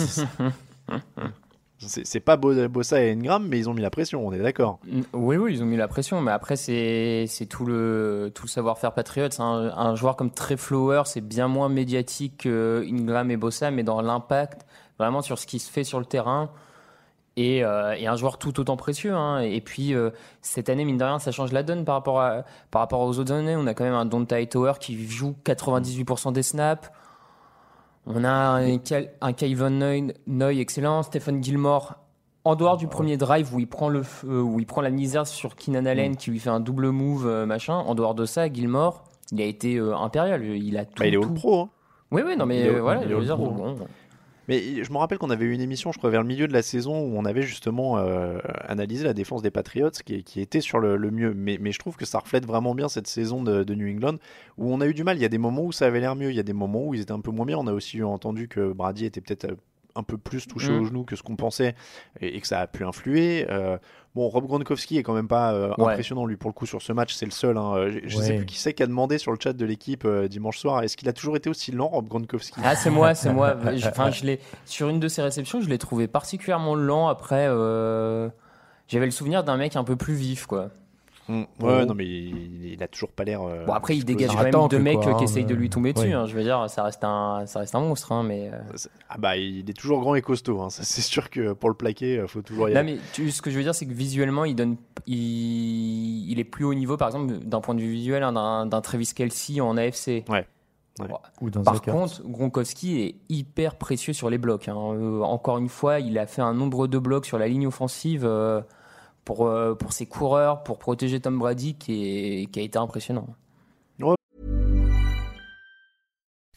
C'est pas Bosa et Ingram, mais ils ont mis la pression, on est d'accord. Oui, ils ont mis la pression, mais après c'est tout le savoir-faire Patriots. Un joueur comme Trey Flowers, c'est bien moins médiatique que Ingram et Bosa, mais dans l'impact, vraiment sur ce qui se fait sur le terrain, et un joueur tout autant précieux. Et puis cette année, mine de rien, ça change la donne par rapport aux autres années. On a quand même un Donta Hightower qui joue 98% des snaps. On a un Kayvon Noy excellent, Stephen Gilmore en dehors du premier drive où il prend la misère sur Keenan Allen qui lui fait un double move machin. En dehors de ça, Gilmore, il a été impérial, il a tout. Il est all pro. Hein. Oui, non mais voilà, je veux dire bon. Mais je me rappelle qu'on avait eu une émission, je crois, vers le milieu de la saison où on avait justement analysé la défense des Patriots qui était sur le mieux. Mais je trouve que ça reflète vraiment bien cette saison de New England où on a eu du mal. Il y a des moments où ça avait l'air mieux, il y a des moments où ils étaient un peu moins bien. On a aussi entendu que Brady était peut-être un peu plus touché au genou que ce qu'on pensait et que ça a pu influer. Rob Gronkowski est quand même pas impressionnant lui pour le coup sur ce match, c'est le seul. Je sais plus qui c'est qui a demandé sur le chat de l'équipe dimanche soir, est-ce qu'il a toujours été aussi lent, Rob Gronkowski? Ah c'est moi. Je l'ai sur une de ses réceptions, je l'ai trouvé particulièrement lent. Après, j'avais le souvenir d'un mec un peu plus vif, quoi. Non mais il a toujours pas l'air. Bon après il dégage quand même deux mecs qui essayent de lui tomber dessus. Je veux dire, ça reste un monstre, mais. Il est toujours grand et costaud. Ça, c'est sûr que pour le plaquer, faut toujours y aller. Non mais ce que je veux dire, c'est que visuellement, il est plus haut niveau, par exemple, d'un point de vue visuel, d'un Travis Kelce en AFC. Ouais. Par contre, Gronkowski est hyper précieux sur les blocs. Encore une fois, il a fait un nombre de blocs sur la ligne offensive. Pour ses coureurs, pour protéger Tom Brady, qui a été impressionnant.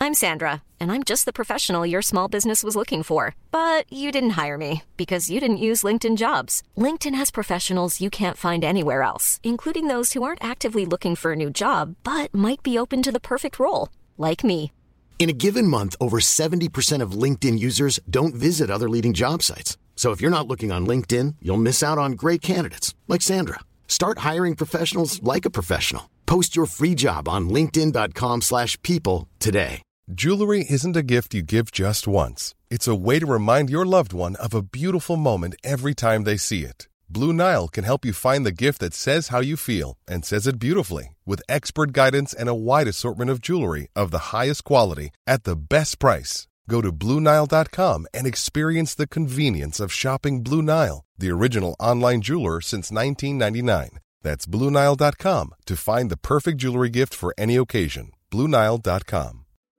I'm Sandra, and I'm just the professional your small business was looking for. But you didn't hire me because you didn't use LinkedIn Jobs. LinkedIn has professionals you can't find anywhere else, including those who aren't actively looking for a new job, but might be open to the perfect role, like me. In a given month, over 70% of LinkedIn users don't visit other leading job sites. So if you're not looking on LinkedIn, you'll miss out on great candidates like Sandra. Start hiring professionals like a professional. Post your free job on linkedin.com/people today. Jewelry isn't a gift you give just once. It's a way to remind your loved one of a beautiful moment every time they see it. Blue Nile can help you find the gift that says how you feel and says it beautifully, with expert guidance and a wide assortment of jewelry of the highest quality at the best price. Go to BlueNile.com and experience the convenience of shopping Blue Nile, the original online jeweler since 1999. That's BlueNile.com to find the perfect jewelry gift for any occasion. BlueNile.com.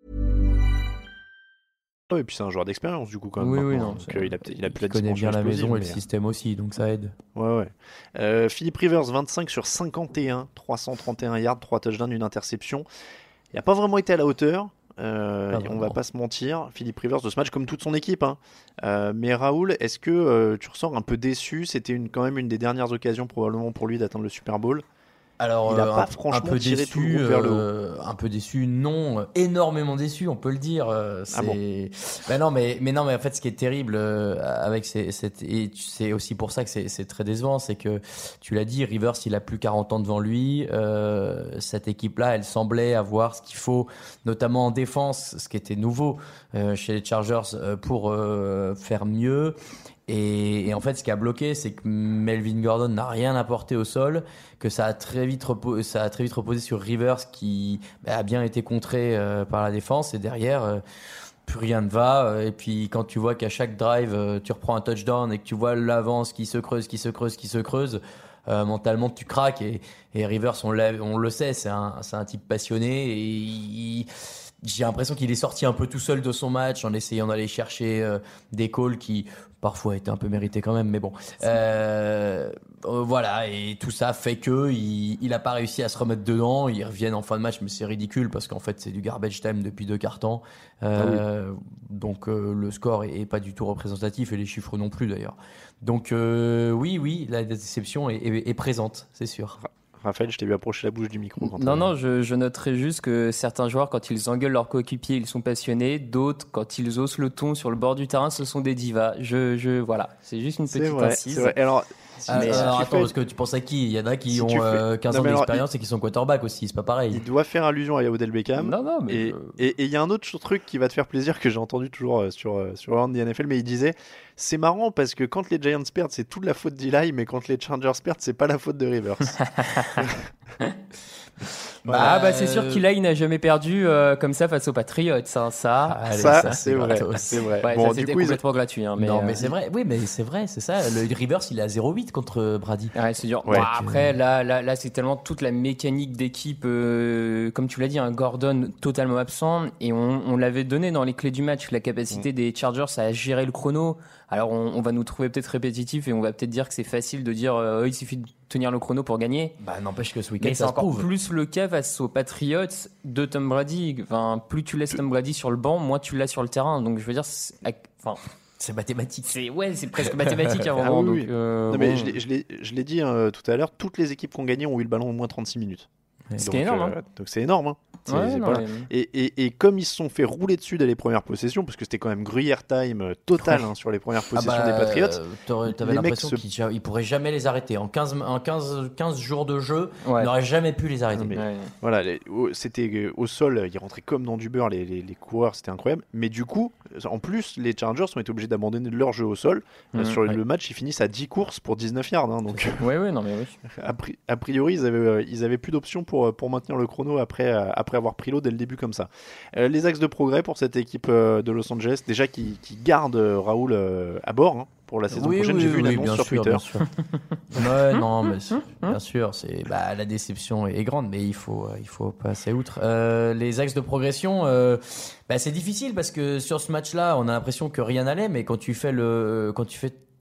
Et puis c'est un joueur d'expérience du coup quand même. Oui, donc, il a pu la connaît bien la maison et le mais... système aussi, donc ça aide. Ouais. Philip Rivers, 25 sur 51, 331 yards, 3 touchdowns, une interception. Il n'a pas vraiment été à la hauteur. On va pas se mentir, Philip Rivers de ce match comme toute son équipe, hein. Mais Raoul, est-ce que tu ressors un peu déçu? C'était quand même une des dernières occasions probablement pour lui d'atteindre le Super Bowl. Alors, il a pas franchement un peu tiré déçu, tout le groupe vers le haut. un peu déçu, non, énormément déçu, on peut le dire. Ah bon. Mais non, mais en fait, ce qui est terrible avec et c'est aussi pour ça que c'est très décevant, c'est que tu l'as dit, Rivers, il a plus 40 ans devant lui. Cette équipe-là, elle semblait avoir ce qu'il faut, notamment en défense, ce qui était nouveau chez les Chargers pour faire mieux. Et en fait, ce qui a bloqué, c'est que Melvin Gordon n'a rien apporté au sol, que ça a très vite reposé sur Rivers qui a bien été contré par la défense, et derrière, plus rien ne va. Et puis quand tu vois qu'à chaque drive, tu reprends un touchdown et que tu vois l'avance qui se creuse, mentalement tu craques. Et Rivers, on le sait, c'est un type passionné et j'ai l'impression qu'il est sorti un peu tout seul de son match en essayant d'aller chercher des calls qui parfois étaient un peu mérités quand même, mais bon. Voilà, et tout ça fait que il a pas réussi à se remettre dedans. Ils reviennent en fin de match, mais c'est ridicule parce qu'en fait c'est du garbage time depuis 2 quarts-temps. Donc le score est pas du tout représentatif et les chiffres non plus d'ailleurs. Donc oui, la déception est présente, c'est sûr. Raphaël, je t'ai vu approcher la bouche du micro. Non, je noterai juste que certains joueurs, quand ils engueulent leurs coéquipiers, ils sont passionnés. D'autres, quand ils haussent le ton sur le bord du terrain, ce sont des divas. Voilà, c'est juste une petite incise. C'est vrai. Alors attends, parce que tu penses à qui? Il y en a qui ont 15 ans d'expérience et qui sont quarterback aussi, c'est pas pareil. Il doit faire allusion à Odell Beckham. Non, mais et il y a un autre truc qui va te faire plaisir que j'ai entendu toujours sur Around the NFL, mais il disait c'est marrant parce que quand les Giants perdent, c'est toute la faute d'Eli, mais quand les Chargers perdent, c'est pas la faute de Rivers. C'est sûr qu'Eli n'a jamais perdu comme ça face aux Patriots. Ça, c'est vrai. Ouais, bon, ça, c'était complètement gratuit. Hein, mais c'est vrai. Oui, mais c'est vrai, c'est ça. Le Rivers, il est à 0,8 contre Brady. Ouais, c'est dur. Ouais, après, là, c'est tellement toute la mécanique d'équipe, comme tu l'as dit, un Gordon totalement absent. Et on l'avait donné dans les clés du match, la capacité des Chargers à gérer le chrono. Alors, on va nous trouver peut-être répétitif et on va peut-être dire que c'est facile de dire il suffit de tenir le chrono pour gagner. N'empêche que ce week-end, mais ça c'est encore prouve. plus le cas face aux Patriots de Tom Brady. Enfin, plus tu laisses Tom Brady sur le banc, moins tu l'as sur le terrain. Donc, je veux dire, c'est mathématique. C'est presque mathématique à un moment. Oui. Mais je l'ai dit tout à l'heure, toutes les équipes qui ont gagné ont eu le ballon au moins 36 minutes. C'est énorme. Donc c'est énorme. Hein. Et comme ils se sont fait rouler dessus dès les premières possessions, parce que c'était quand même gruyère time total sur les premières possessions des Patriots. T'avais l'impression qu'ils pourraient jamais les arrêter. En 15 jours de jeu, ils n'auraient jamais pu les arrêter. Voilà, c'était au sol, ils rentraient comme dans du beurre, les coureurs, c'était incroyable. Mais du coup, en plus, les Chargers ont été obligés d'abandonner leur jeu au sol. Sur le match, ils finissent à 10 courses pour 19 yards. Hein, donc, a priori, ils avaient plus d'options pour maintenir le chrono après avoir pris l'eau dès le début comme ça. Les axes de progrès pour cette équipe de Los Angeles, déjà qui garde Raoul à bord pour la saison prochaine. J'ai vu une annonce sur Twitter. Bien sûr. Ouais, non, mais bien sûr, la déception est grande, mais il faut passer outre. Les axes de progression, c'est difficile parce que sur ce match-là, on a l'impression que rien n'allait, mais quand tu fais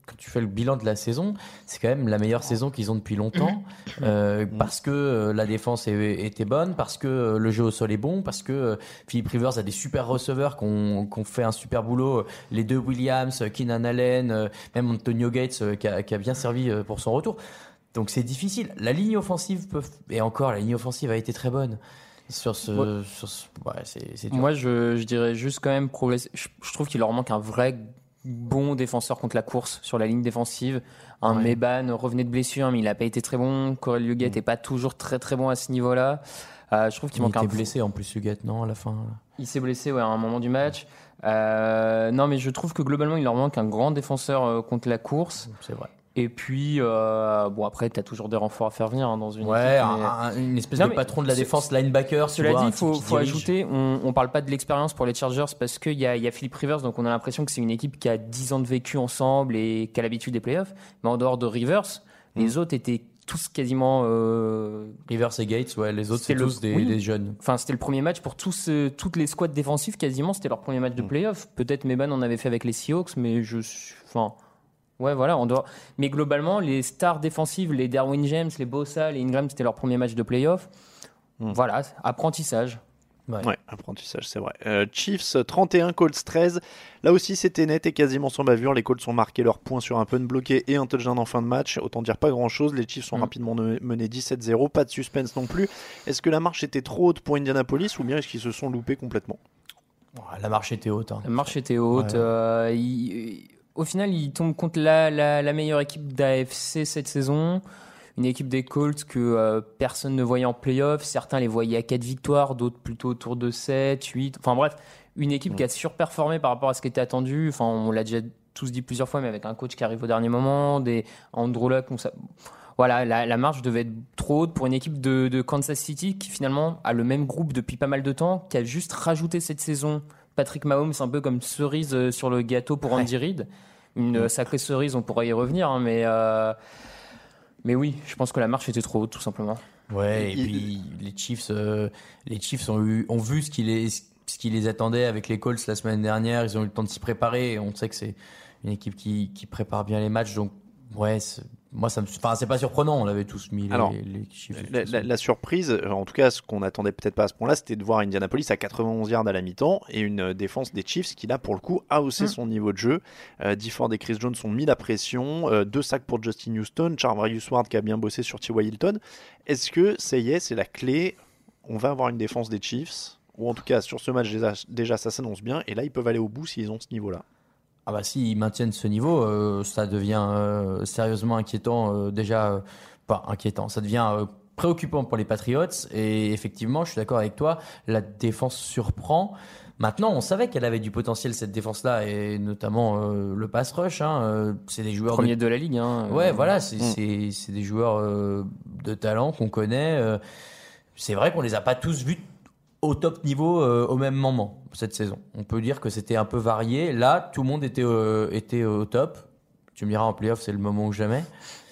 quand tu fais le bilan de la saison, c'est quand même la meilleure saison qu'ils ont depuis longtemps, parce que la défense était bonne, parce que le jeu au sol est bon, parce que Philip Rivers a des super receveurs qui ont fait un super boulot, les deux Williams, Keenan Allen, même Antonio Gates qui a bien servi pour son retour. Donc c'est difficile. La ligne offensive la ligne offensive a été très bonne. C'est dur. Moi, je dirais juste quand même je trouve qu'il leur manque un vrai bon défenseur contre la course sur la ligne défensive. Meban revenait de blessure, mais il n'a pas été très bon. Corey Liuget n'est pas toujours très très bon à ce niveau-là. Je trouve qu'il manque il était blessé en plus, Liuget, non, à la fin. Il s'est blessé à un moment du match. Non, mais je trouve que globalement, il leur manque un grand défenseur contre la course. C'est vrai. Et puis, après, tu as toujours des renforts à faire venir dans une équipe. Une espèce de patron de la défense, linebacker. Cela dit, il faut ajouter, on parle pas de l'expérience pour les Chargers parce qu'il y a Philip Rivers, donc on a l'impression que c'est une équipe qui a 10 ans de vécu ensemble et qui a l'habitude des playoffs. Mais en dehors de Rivers, les autres étaient tous quasiment... Rivers et Gates, les autres, c'est tous des jeunes. Enfin, c'était le premier match pour toutes les squads défensives, quasiment, c'était leur premier match de playoffs. Peut-être Meban en avait fait avec les Seahawks, mais ouais, voilà, en dehors. Mais globalement, les stars défensives, les Derwin James, les Bosa, les Ingram, c'était leur premier match de playoff. Voilà, apprentissage. Ouais, apprentissage, c'est vrai. Chiefs 31, Colts 13. Là aussi, c'était net et quasiment sans bavure. Les Colts ont marqué leurs points sur un punt bloqué et un touchdown en fin de match. Autant dire pas grand-chose. Les Chiefs sont rapidement menés 17-0. Pas de suspense non plus. Est-ce que la marche était trop haute pour Indianapolis ou bien est-ce qu'ils se sont loupés complètement ? La marche était haute. La marche était haute. Au final, ils tombent contre la meilleure équipe d'AFC cette saison. Une équipe des Colts que personne ne voyait en play-off. Certains les voyaient à 4 victoires, d'autres plutôt autour de 7, 8. Enfin bref, une équipe qui a surperformé par rapport à ce qui était attendu. Enfin, on l'a déjà tous dit plusieurs fois, mais avec un coach qui arrive au dernier moment, des Andrew Luck. Voilà, la marche devait être trop haute pour une équipe de Kansas City qui finalement a le même groupe depuis pas mal de temps, qui a juste rajouté cette saison Patrick Mahomes, un peu comme cerise sur le gâteau pour Andy Reid. Une sacrée cerise, on pourrait y revenir, hein, mais oui, je pense que la marche était trop haute, tout simplement. Ouais, et puis les Chiefs ont vu ce qui les attendait avec les Colts la semaine dernière. Ils ont eu le temps de s'y préparer. Et on sait que c'est une équipe qui prépare bien les matchs. Donc, ouais, c'est pas surprenant. On l'avait tous mis les Chiefs. La surprise, en tout cas, ce qu'on attendait peut-être pas à ce point-là, c'était de voir Indianapolis à 91 yards à la mi-temps et une défense des Chiefs qui, là, pour le coup, a haussé son niveau de jeu. Dee Ford et Chris Jones ont mis la pression. 2 sacs pour Justin Houston. Charvarius Ward qui a bien bossé sur T.Y. Hilton. Est-ce que ça y est, c'est la clé ? On va avoir une défense des Chiefs, ou en tout cas, sur ce match, déjà ça s'annonce bien. Et là, ils peuvent aller au bout s'ils ont ce niveau-là. Ah bah s'ils maintiennent ce niveau, ça devient sérieusement inquiétant. Pas inquiétant, ça devient préoccupant pour les Patriots. Et effectivement, je suis d'accord avec toi, la défense surprend. Maintenant, on savait qu'elle avait du potentiel, cette défense-là, et notamment le pass rush. C'est des joueurs premier de la ligue. Ouais, voilà, c'est des joueurs de talent qu'on connaît. C'est vrai qu'on les a pas tous vus au top niveau au même moment cette saison. On peut dire que c'était un peu varié. Là, tout le monde était au top. Tu me diras, en playoff, c'est le moment ou jamais.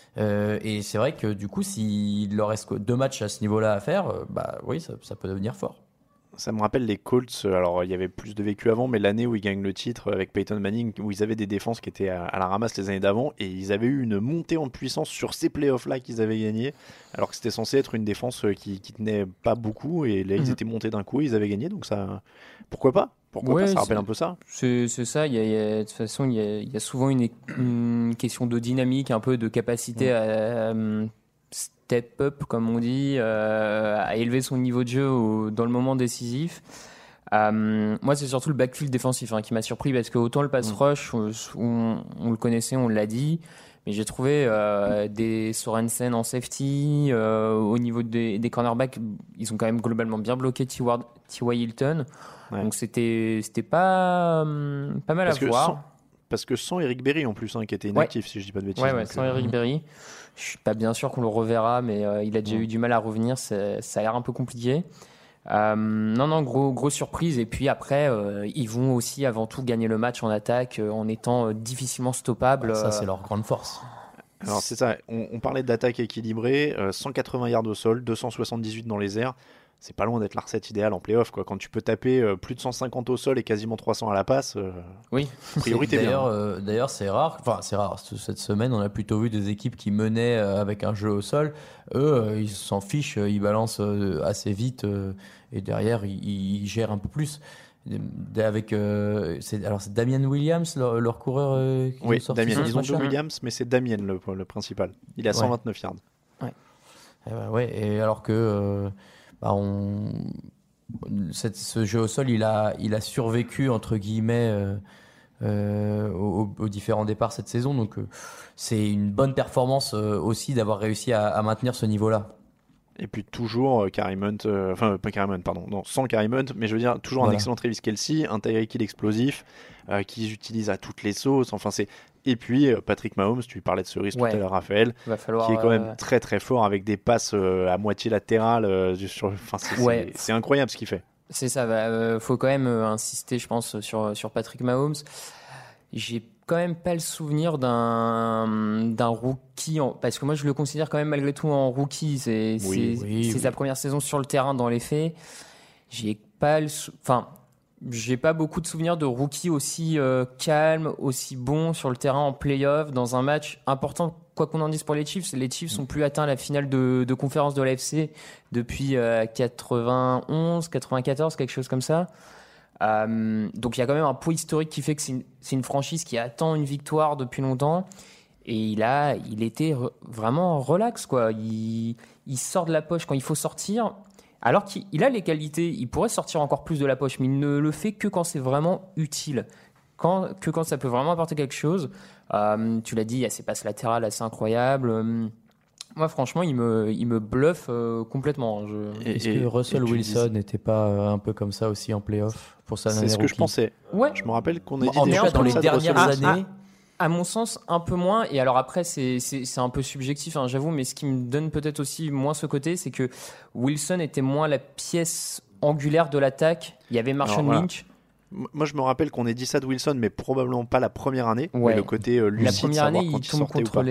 Et c'est vrai que du coup, s'il leur reste 2 matchs à ce niveau-là à faire, oui, ça peut devenir fort. Ça me rappelle les Colts. Alors, il y avait plus de vécu avant, mais l'année où ils gagnent le titre avec Peyton Manning, où ils avaient des défenses qui étaient à la ramasse les années d'avant, et ils avaient eu une montée en puissance sur ces playoffs-là qu'ils avaient gagnés, alors que c'était censé être une défense qui tenait pas beaucoup, et là, ils étaient montés d'un coup, et ils avaient gagné, donc ça... Pourquoi pas ? Ça rappelle un peu ça. C'est ça, de toute façon, il y a souvent une question de dynamique, un peu de capacité à step up, comme on dit, à élever son niveau de jeu dans le moment décisif. Moi, c'est surtout le backfield défensif qui m'a surpris, parce que autant le pass rush, on le connaissait, on l'a dit, mais j'ai trouvé des Sorensen en safety, au niveau des cornerbacks, ils ont quand même globalement bien bloqué T.Y. Hilton. Ouais. Donc c'était pas mal à voir. Parce que sans Eric Berry en plus, qui était inactif, si je dis pas de bêtises. Ouais, sans Eric Berry. Je suis pas bien sûr qu'on le reverra, mais il a déjà eu du mal à revenir. Ça a l'air un peu compliqué. Non, grosse surprise. Et puis après, ils vont aussi avant tout gagner le match en attaque en étant difficilement stoppables. Ça, c'est leur grande force. Alors c'est ça, on parlait d'attaque équilibrée, 180 yards au sol, 278 dans les airs. c'est pas loin d'être la recette idéale en play-off, quoi. Quand tu peux taper plus de 150 au sol et quasiment 300 à la passe, oui. A priori, t'es bien. D'ailleurs, c'est rare. Enfin, c'est rare. Cette semaine, on a plutôt vu des équipes qui menaient avec un jeu au sol. Eux, ils s'en fichent, ils balancent assez vite et derrière, ils gèrent un peu plus. C'est Damien Williams, leur coureur qui oui, est sorti. Damien. Ils ont deux Williams, mais c'est Damien le principal. Il est à 129 yards. Ouais. Et alors que ce jeu au sol, il a survécu entre guillemets aux différents départs cette saison. Donc c'est une bonne performance aussi d'avoir réussi à maintenir ce niveau-là. Et puis toujours Kareem Hunt, pas Kareem Hunt, pardon, non, sans Kareem Hunt, mais je veux dire toujours un excellent Travis Kelce, un Tyreek Hill explosif qu'ils utilisent à toutes les sauces. Enfin et puis Patrick Mahomes, tu parlais de cerise tout à l'heure, Raphaël, qui est quand même très très fort avec des passes à moitié latérales. C'est incroyable ce qu'il fait. C'est ça. Faut quand même insister, je pense, sur Patrick Mahomes. J'ai quand même pas le souvenir d'un rookie, parce que moi je le considère quand même malgré tout en rookie. C'est sa première saison sur le terrain dans les faits. J'ai pas beaucoup de souvenirs de rookie aussi calme, aussi bon sur le terrain en play-off dans un match important. Quoi qu'on en dise pour les Chiefs sont plus atteints à la finale de conférence de l'AFC depuis 91, 94, quelque chose comme ça. Donc il y a quand même un poids historique qui fait que c'est une franchise qui attend une victoire depuis longtemps, et il était vraiment relax, quoi. Il sort de la poche quand il faut sortir, alors qu'il a les qualités, il pourrait sortir encore plus de la poche, mais il ne le fait que quand c'est vraiment utile, quand ça peut vraiment apporter quelque chose. Tu l'as dit, il y a ces passes latérales assez incroyables. Moi, franchement, il me bluffe complètement. Est-ce que Russell Wilson n'était pas un peu comme ça aussi en play-off pour sa C'est ce que je pensais. Ouais. Je me rappelle qu'on a dit des choses dans les dernières années. À mon sens, un peu moins. Et alors après, c'est un peu subjectif, hein, j'avoue, mais ce qui me donne peut-être aussi moins ce côté, c'est que Wilson était moins la pièce angulaire de l'attaque. Il y avait Marshawn Lynch. Moi, je me rappelle qu'on ait dit ça de Wilson, mais probablement pas la première année. Ouais. Mais le côté lucide, la première année, quand il tombe contre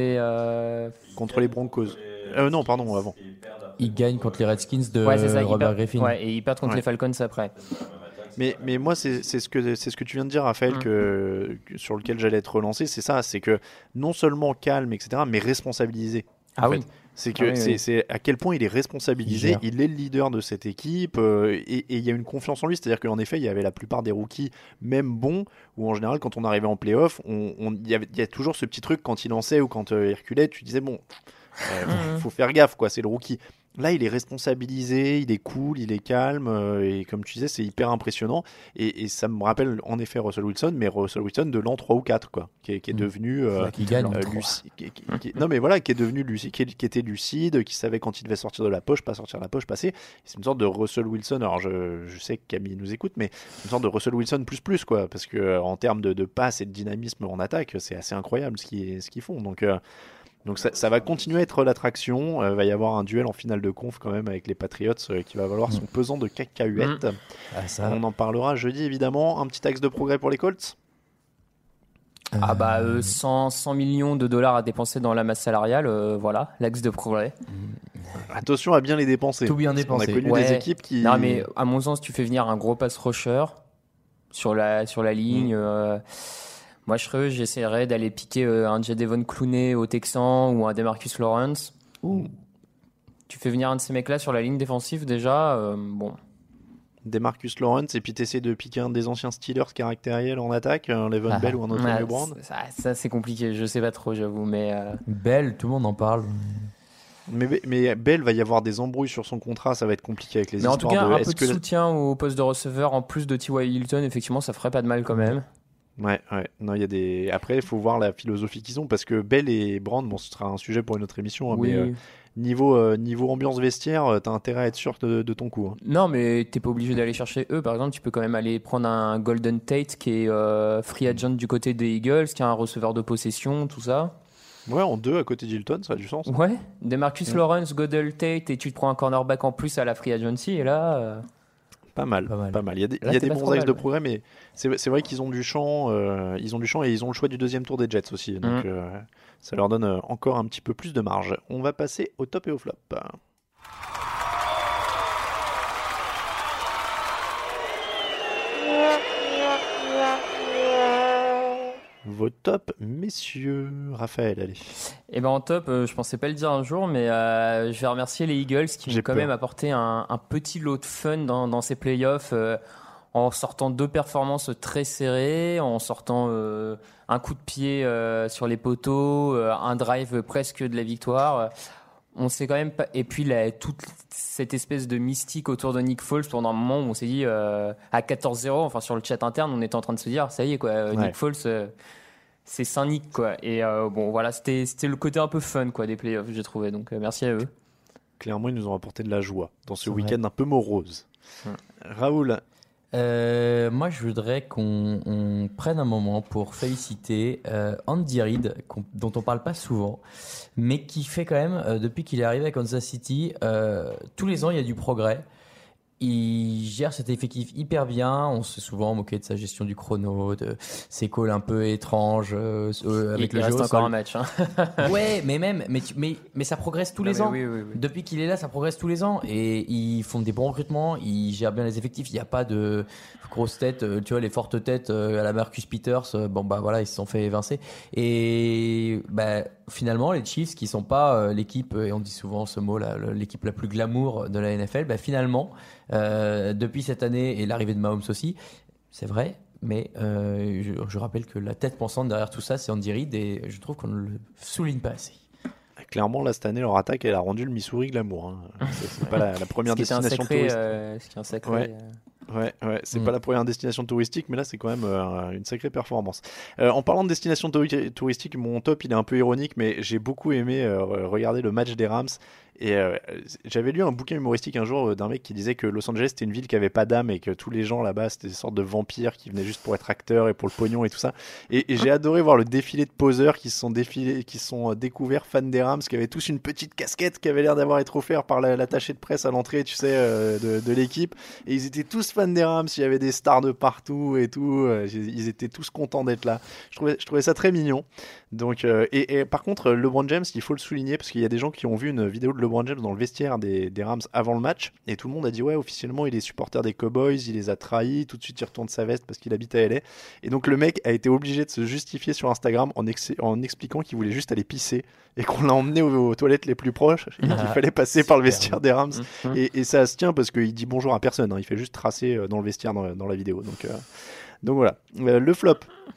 les Broncos. Non, pardon, avant. Il gagne contre les Redskins de Robert Griffin. Ouais, et il perd contre les Falcons après. Mais moi, c'est ce que tu viens de dire, Raphaël, sur lequel j'allais être relancé. C'est ça, c'est que non seulement calme, etc., mais responsabilisé. Oui. C'est que c'est à quel point il est responsabilisé, il est le leader de cette équipe, et il y a une confiance en lui. C'est-à-dire qu'en effet, il y avait la plupart des rookies, même bons, où en général, quand on arrivait en play-off, il y a toujours ce petit truc quand il lançait ou quand il reculait, tu disais bon, faut faire gaffe, quoi, c'est le rookie. Là, il est responsabilisé, il est cool, il est calme, et comme tu disais, c'est hyper impressionnant. Et ça me rappelle en effet Russell Wilson, mais Russell Wilson de l'an 3 ou 4, quoi, qui est devenu qui gagne qui est devenu lucide, qui était lucide, qui savait quand il devait sortir de la poche, pas sortir de la poche, passer. C'est une sorte de Russell Wilson. Alors je sais que Camille nous écoute, mais une sorte de Russell Wilson plus, quoi, parce que en termes de passe et de dynamisme en attaque, c'est assez incroyable ce qu'ils font. Donc ça va continuer à être l'attraction. Va y avoir un duel en finale de conf quand même avec les Patriots qui va valoir son pesant de cacahuètes. On en parlera jeudi évidemment. Un petit axe de progrès pour les Colts. 100 millions de dollars à dépenser dans la masse salariale, voilà, l'axe de progrès. Attention à bien les dépenser. Tout bien dépenser. On a connu des équipes qui... Non mais à mon sens, tu fais venir un gros pass rusher sur la ligne... Moi, j'essaierais d'aller piquer un Jadeveon Clowney au Texans ou un DeMarcus Lawrence. Tu fais venir un de ces mecs-là sur la ligne défensive, déjà, bon. DeMarcus Lawrence, et puis tu essaies de piquer un des anciens Steelers caractériels en attaque, un Le'Veon Bell ou un Antonio Brown. Ça, c'est compliqué, je sais pas trop, j'avoue, mais... Bell, tout le monde en parle. Mais Bell va y avoir des embrouilles sur son contrat, ça va être compliqué avec les histoires de... Mais en tout cas, un peu de soutien au poste de receveur, en plus de T.Y. Hilton, effectivement, ça ferait pas de mal quand même. Ouais. Non, il y a des. Après, il faut voir la philosophie qu'ils ont, parce que Bell et Brand, ce sera un sujet pour une autre émission. Oui. Mais niveau ambiance vestiaire, t'as intérêt à être sûr de ton coup. Non, mais t'es pas obligé d'aller chercher eux. Par exemple, tu peux quand même aller prendre un Golden Tate qui est free agent du côté des Eagles, qui a un receveur de possession, tout ça. Ouais, en deux à côté d'Hilton, ça a du sens. Ouais. DeMarcus Lawrence, Golden Tate, et tu te prends un cornerback en plus à la free agency, et là. Pas mal. Il y a des bons axes de progrès, mais c'est vrai qu'ils ont du champ, et ils ont le choix du deuxième tour des Jets aussi. Donc ça leur donne encore un petit peu plus de marge. On va passer au top et au flop. Vos tops, messieurs. Raphaël, allez. Et ben en top, je pensais pas le dire un jour, mais je vais remercier les Eagles qui ont quand même apporté un petit lot de fun dans ces playoffs, en sortant 2 performances très serrées, en sortant un coup de pied sur les poteaux, un drive presque de la victoire. On s'est quand même pas... Et puis toute cette espèce de mystique autour de Nick Foles, pendant un moment où on s'est dit à 14-0, enfin sur le chat interne, on était en train de se dire ça y est quoi, Nick Foles, c'est Saint-Nick quoi. Et bon voilà, c'était le côté un peu fun quoi des playoffs, j'ai trouvé. Donc merci à eux. Clairement, ils nous ont apporté de la joie dans ce week-end un peu morose. Raoul. Moi, je voudrais qu'on prenne un moment pour féliciter Andy Reid, dont on parle pas souvent, mais qui fait quand même, depuis qu'il est arrivé à Kansas City, tous les ans, il y a du progrès. Il gère cet effectif hyper bien. On s'est souvent moqué de sa gestion du chrono, de ses calls un peu étranges avec le jeu. Il reste encore un match. Hein. Ouais, mais ça progresse tous les ans. Oui. Depuis qu'il est là, ça progresse tous les ans. Et ils font des bons recrutements. Ils gèrent bien les effectifs. Il n'y a pas de grosses têtes. Tu vois, les fortes têtes à la Marcus Peters. Bon, bah voilà, ils se sont fait évincer. Et finalement, les Chiefs, qui sont pas l'équipe, et on dit souvent ce mot, l'équipe la plus glamour de la NFL, finalement, depuis cette année et l'arrivée de Mahomes aussi, c'est vrai, mais je rappelle que la tête pensante derrière tout ça, c'est Andy Reid, et je trouve qu'on ne le souligne pas assez. Clairement, là, cette année, leur attaque, elle a rendu le Missouri glamour. Hein. C'est pas la première destination touristique. Ce qui est un sacré... Ouais, c'est pas la première destination touristique, mais là c'est quand même une sacrée performance. En parlant de destination touristique, mon top il est un peu ironique, mais j'ai beaucoup aimé regarder le match des Rams. Et j'avais lu un bouquin humoristique un jour d'un mec qui disait que Los Angeles c'était une ville qui avait pas d'âme et que tous les gens là-bas c'était des sortes de vampires qui venaient juste pour être acteurs et pour le pognon et tout ça. Et j'ai adoré voir le défilé de poseurs qui se sont découverts fans des Rams, qui avaient tous une petite casquette qui avait l'air d'avoir été offerte par l'attaché de presse à l'entrée, tu sais, de l'équipe. Et ils étaient tous fans des Rams, il y avait des stars de partout et tout. Ils étaient tous contents d'être là. Je trouvais ça très mignon. Donc, et par contre, LeBron James, il faut le souligner parce qu'il y a des gens qui ont vu une vidéo de LeBron James dans le vestiaire des Rams avant le match et tout le monde a dit ouais, officiellement il est supporter des Cowboys, il les a trahis, tout de suite il retourne sa veste parce qu'il habite à LA. Et donc le mec a été obligé de se justifier sur Instagram en expliquant qu'il voulait juste aller pisser et qu'on l'a emmené aux toilettes les plus proches et qu'il fallait passer par le vestiaire des Rams. Et ça se tient parce qu'il dit bonjour à personne, hein. Il fait juste tracer dans le vestiaire dans la vidéo. Donc voilà. Le flop.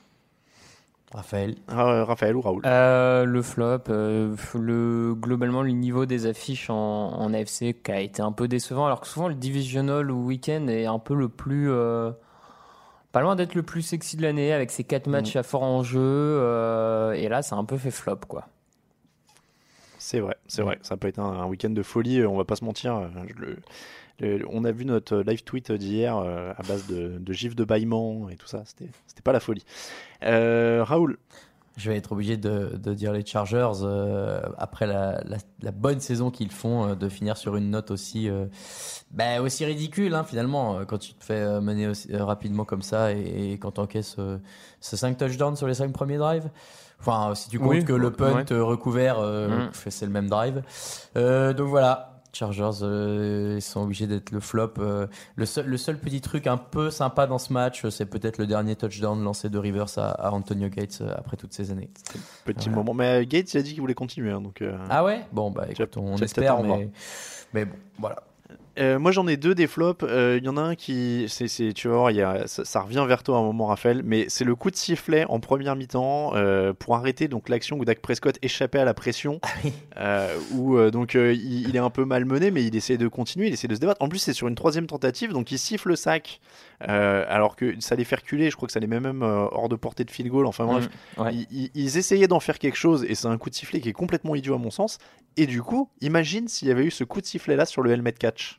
Raphaël ou Raoul? Le flop, globalement le niveau des affiches en AFC qui a été un peu décevant, alors que souvent le divisional ou week-end est un peu le plus pas loin d'être le plus sexy de l'année avec ses 4 matchs à fort enjeu, et là ça a un peu fait flop quoi. C'est vrai, ça peut être un week-end de folie, on va pas se mentir. On a vu notre live tweet d'hier à base de gifs de bâillement et tout ça, c'était pas la folie. Raoul? Je vais être obligé de dire les Chargers, après la bonne saison qu'ils font, de finir sur une note aussi ridicule, hein, finalement, quand tu te fais mener aussi, rapidement comme ça et quand tu encaisses ces 5 touchdowns sur les 5 premiers drives. Enfin, si tu comptes que le punt recouvert, c'est le même drive. Donc voilà. Chargers, ils sont obligés d'être le flop. Le seul petit truc un peu sympa dans ce match, c'est peut-être le dernier touchdown lancé de Rivers à Antonio Gates après toutes ces années. Petit moment. Mais Gates, il a dit qu'il voulait continuer. Hein, donc, Ah ouais? Bon, écoute, on espère, mais bon, voilà. Moi j'en ai 2 des flops. Il y en a un qui, tu vas voir, ça revient vers toi à un moment, Raphaël, mais c'est le coup de sifflet en première mi-temps pour arrêter donc l'action où Dak Prescott échappait à la pression, où il est un peu malmené, mais il essaie de continuer, il essaie de se débattre. En plus c'est sur une 3e tentative, donc il siffle le sac alors que ça les fait reculer. Je crois que ça les met même hors de portée de field goal. Enfin bref, ils essayaient d'en faire quelque chose et c'est un coup de sifflet qui est complètement idiot à mon sens. Et du coup, imagine s'il y avait eu ce coup de sifflet là sur le helmet catch.